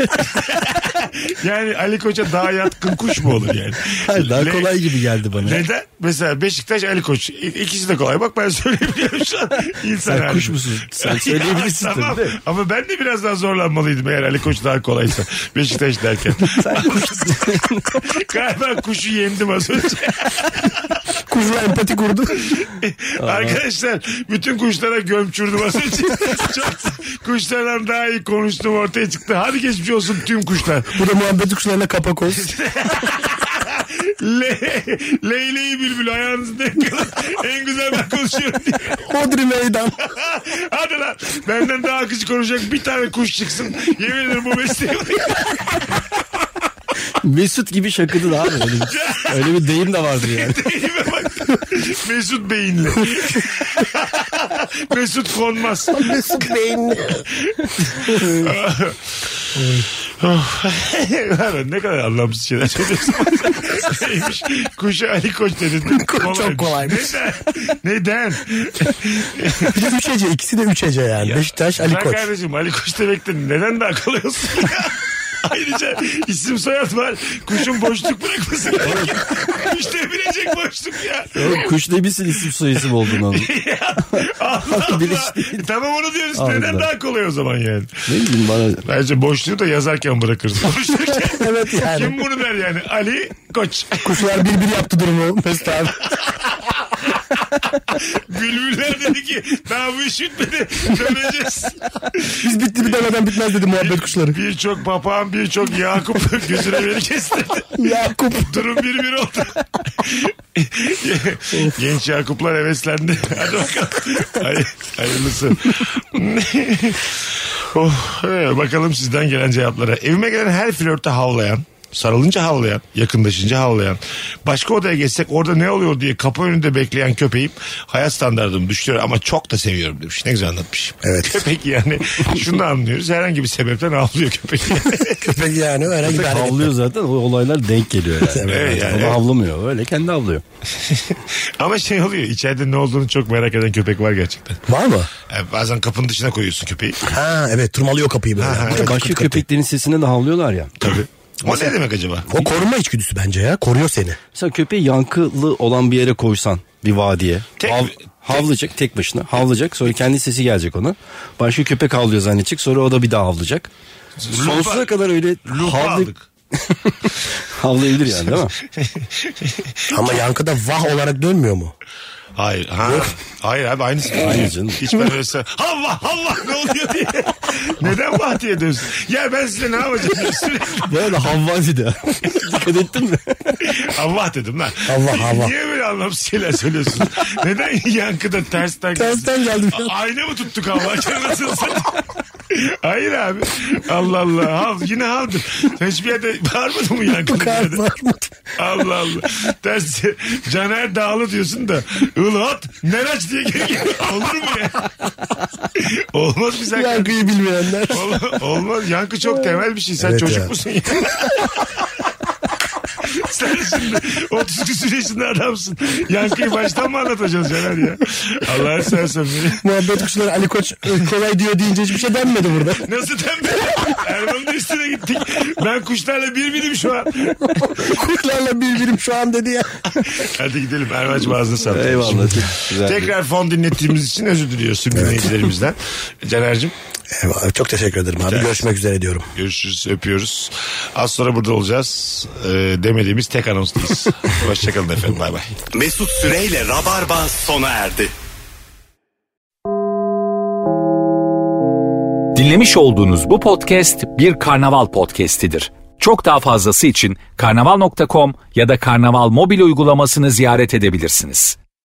Yani Ali Koç'a daha yatkın kuş mu olur yani? Hayır, daha kolay gibi geldi bana. Neden? Mesela Beşiktaş, Ali Koç. İkisi de kolay. Bak ben söyleyebiliyorum şu an. İnsan Sen kuş musun? Sen söyleyebilirsin tamam. tabii de. Ama ben de biraz daha zorlanmalıydım eğer Ali Koç daha kolaysa. Beşiktaş derken. Sen kuş. Galiba kuşu yendim az önce. Kuşla empati kurdu. Arkadaşlar bütün kuşlara gömçürdüm az önce. Kuşlardan daha iyi konuştum ortaya çıktı. Hadi geçmiş olsun tüm kuşlar. Bu da muhabbet kuşlarına kapak olsun. Leyleği bülbül ayağınızda yakaladım. En güzel ben konuşuyorum diye. Hodri meydan. Hadi lan. Benden daha akıcı konuşacak bir tane kuş çıksın. Yemin ederim bu mesleği. Mesut gibi şakıdı da abi. Öyle bir deyim de vardır yani. Deyime bak. Mesut beyinli. Mesut konmaz. Mesut beyinli. Ne kadar anlamsız şeyler söylüyorsun. Neymiş? Kuşa Ali Koç dedin. Çok kolaymış. Neden? Bir de 3 hece. İkisi de 3 hece yani. Beşiktaş, Ali Koç. Kardeşim Ali Koç demekten neden daha kolay olsun? Ayrıca isim soyad var. Kuşun boşluk bırakmasın. Kuş devirecek boşluk ya. Kuş demişsin isim soyisim oldun onun. Allah Allah. Tamam onu diyoruz. Allah. Neden daha kolay o zaman yani? Ne bileyim bana. Bence boşluğu da yazarken bırakırız. Konuşurken. Evet yani. Kim bunu der yani? Ali Koç. Kuşlar bir yaptı durumu Mesut abi. Bülbüller dedi ki daha bu iş bitmedi. Döneceğiz. Biz bitti bir demeden bitmez dedi muhabbet kuşları. Birçok papağan, birçok Yakup gözüne beni kestirdi. Yakup. Durum 1-1 oldu. Genç Yakuplar heveslendi. Hadi bakalım. Hayırlısı. Bakalım sizden gelen cevaplara. Evime gelen her flörte havlayan, sarılınca havlayan, yakınlaşınca havlayan, başka odaya geçsek orada ne oluyor diye kapı önünde bekleyen köpeğim hayat standartımı düşürüyor ama çok da seviyorum demiş. Ne güzel anlatmış. Evet. Köpek yani şunu anlıyoruz. Herhangi bir sebepten havlıyor köpek. Köpek yani herhangi bir Köpek hareket. havlıyor zaten, o olaylar denk geliyor yani. Evet, yani. O havlamıyor, öyle kendi havlıyor. Ama şey oluyor, içeride ne olduğunu çok merak eden köpek var gerçekten. Var mı? Yani bazen kapının dışına koyuyorsun köpeği. Ha evet, tırmalıyor kapıyı böyle. Ha, Kıt Başka kıt kıt. köpeklerin sesine de havlıyorlar ya. Tabii. O ne demek acaba? O korunma içgüdüsü bence ya. Koruyor seni. Mesela köpeği yankılı olan bir yere koysan, bir vadiye. Tek- Havlayacak tek başına. Havlayacak, sonra kendi sesi gelecek ona. Başka köpek havlıyor zannedecek, sonra o da bir daha havlayacak. Sonsuza kadar öyle Lupa aldık. havlayabilir yani, değil mi? Ama yankıda vah olarak dönmüyor mu? Hayır. Ha. Hayır abi aynısı. Hayır canım. Hiç ben öyle Allah ne oluyor diye. Neden vah diye dönsün? Ya ben size ne yapacağım? Sürekli Böyle havvadi de. Dikkat ettin mi? Allah dedim lan. Allah. Niye böyle anlamsız şeyler söylüyorsun? Neden yankıda tersten geldim. Ayna mı tuttuk Allah? Nasıl Hayır abi. Allah Allah. Yine havdır. Hiçbir yerde bağırmadı mı yankıda? Bağırmadı. Allah Allah. Tersi Caner Dağlı diyorsun da Ilhat Meraç diye geliyor. Olur mu ya? Olmaz güzel. Yankıyı bilmeyenler. Olmaz. Yankı çok temel bir şey. Sen Evet çocuk ya. musun ya? Sen şimdi 30 küsur yaşında adamsın. Yankıyı baştan mı anlatacaksın Caner ya? Allah'ını seversen beni. Muhabbet kuşları Ali Koç kolay diyor deyince hiçbir şey denmedi burada. Nasıl tembel? Erman'ın üstüne gittik. Ben kuşlarla birbirim şu an. Kuşlarla birbirim şu an dedi ya. Hadi gidelim. Erman'cığım ağzına sağlık. Eyvallah. Güzel. Tekrar fon dinlettiğimiz için özür diliyoruz dinleyicilerimizden. Caner'cim. Eyvallah, çok teşekkür ederim abi. Görüşmek üzere diyorum. Görüşürüz, öpüyoruz. Az sonra burada olacağız. Demediğimiz tek anonstayız. Hoşçakalın efendim, bay bay. Mesut Süreyle Rabarba sona erdi. Dinlemiş olduğunuz bu podcast bir karnaval podcastidir. Çok daha fazlası için karnaval.com ya da karnaval mobil uygulamasını ziyaret edebilirsiniz.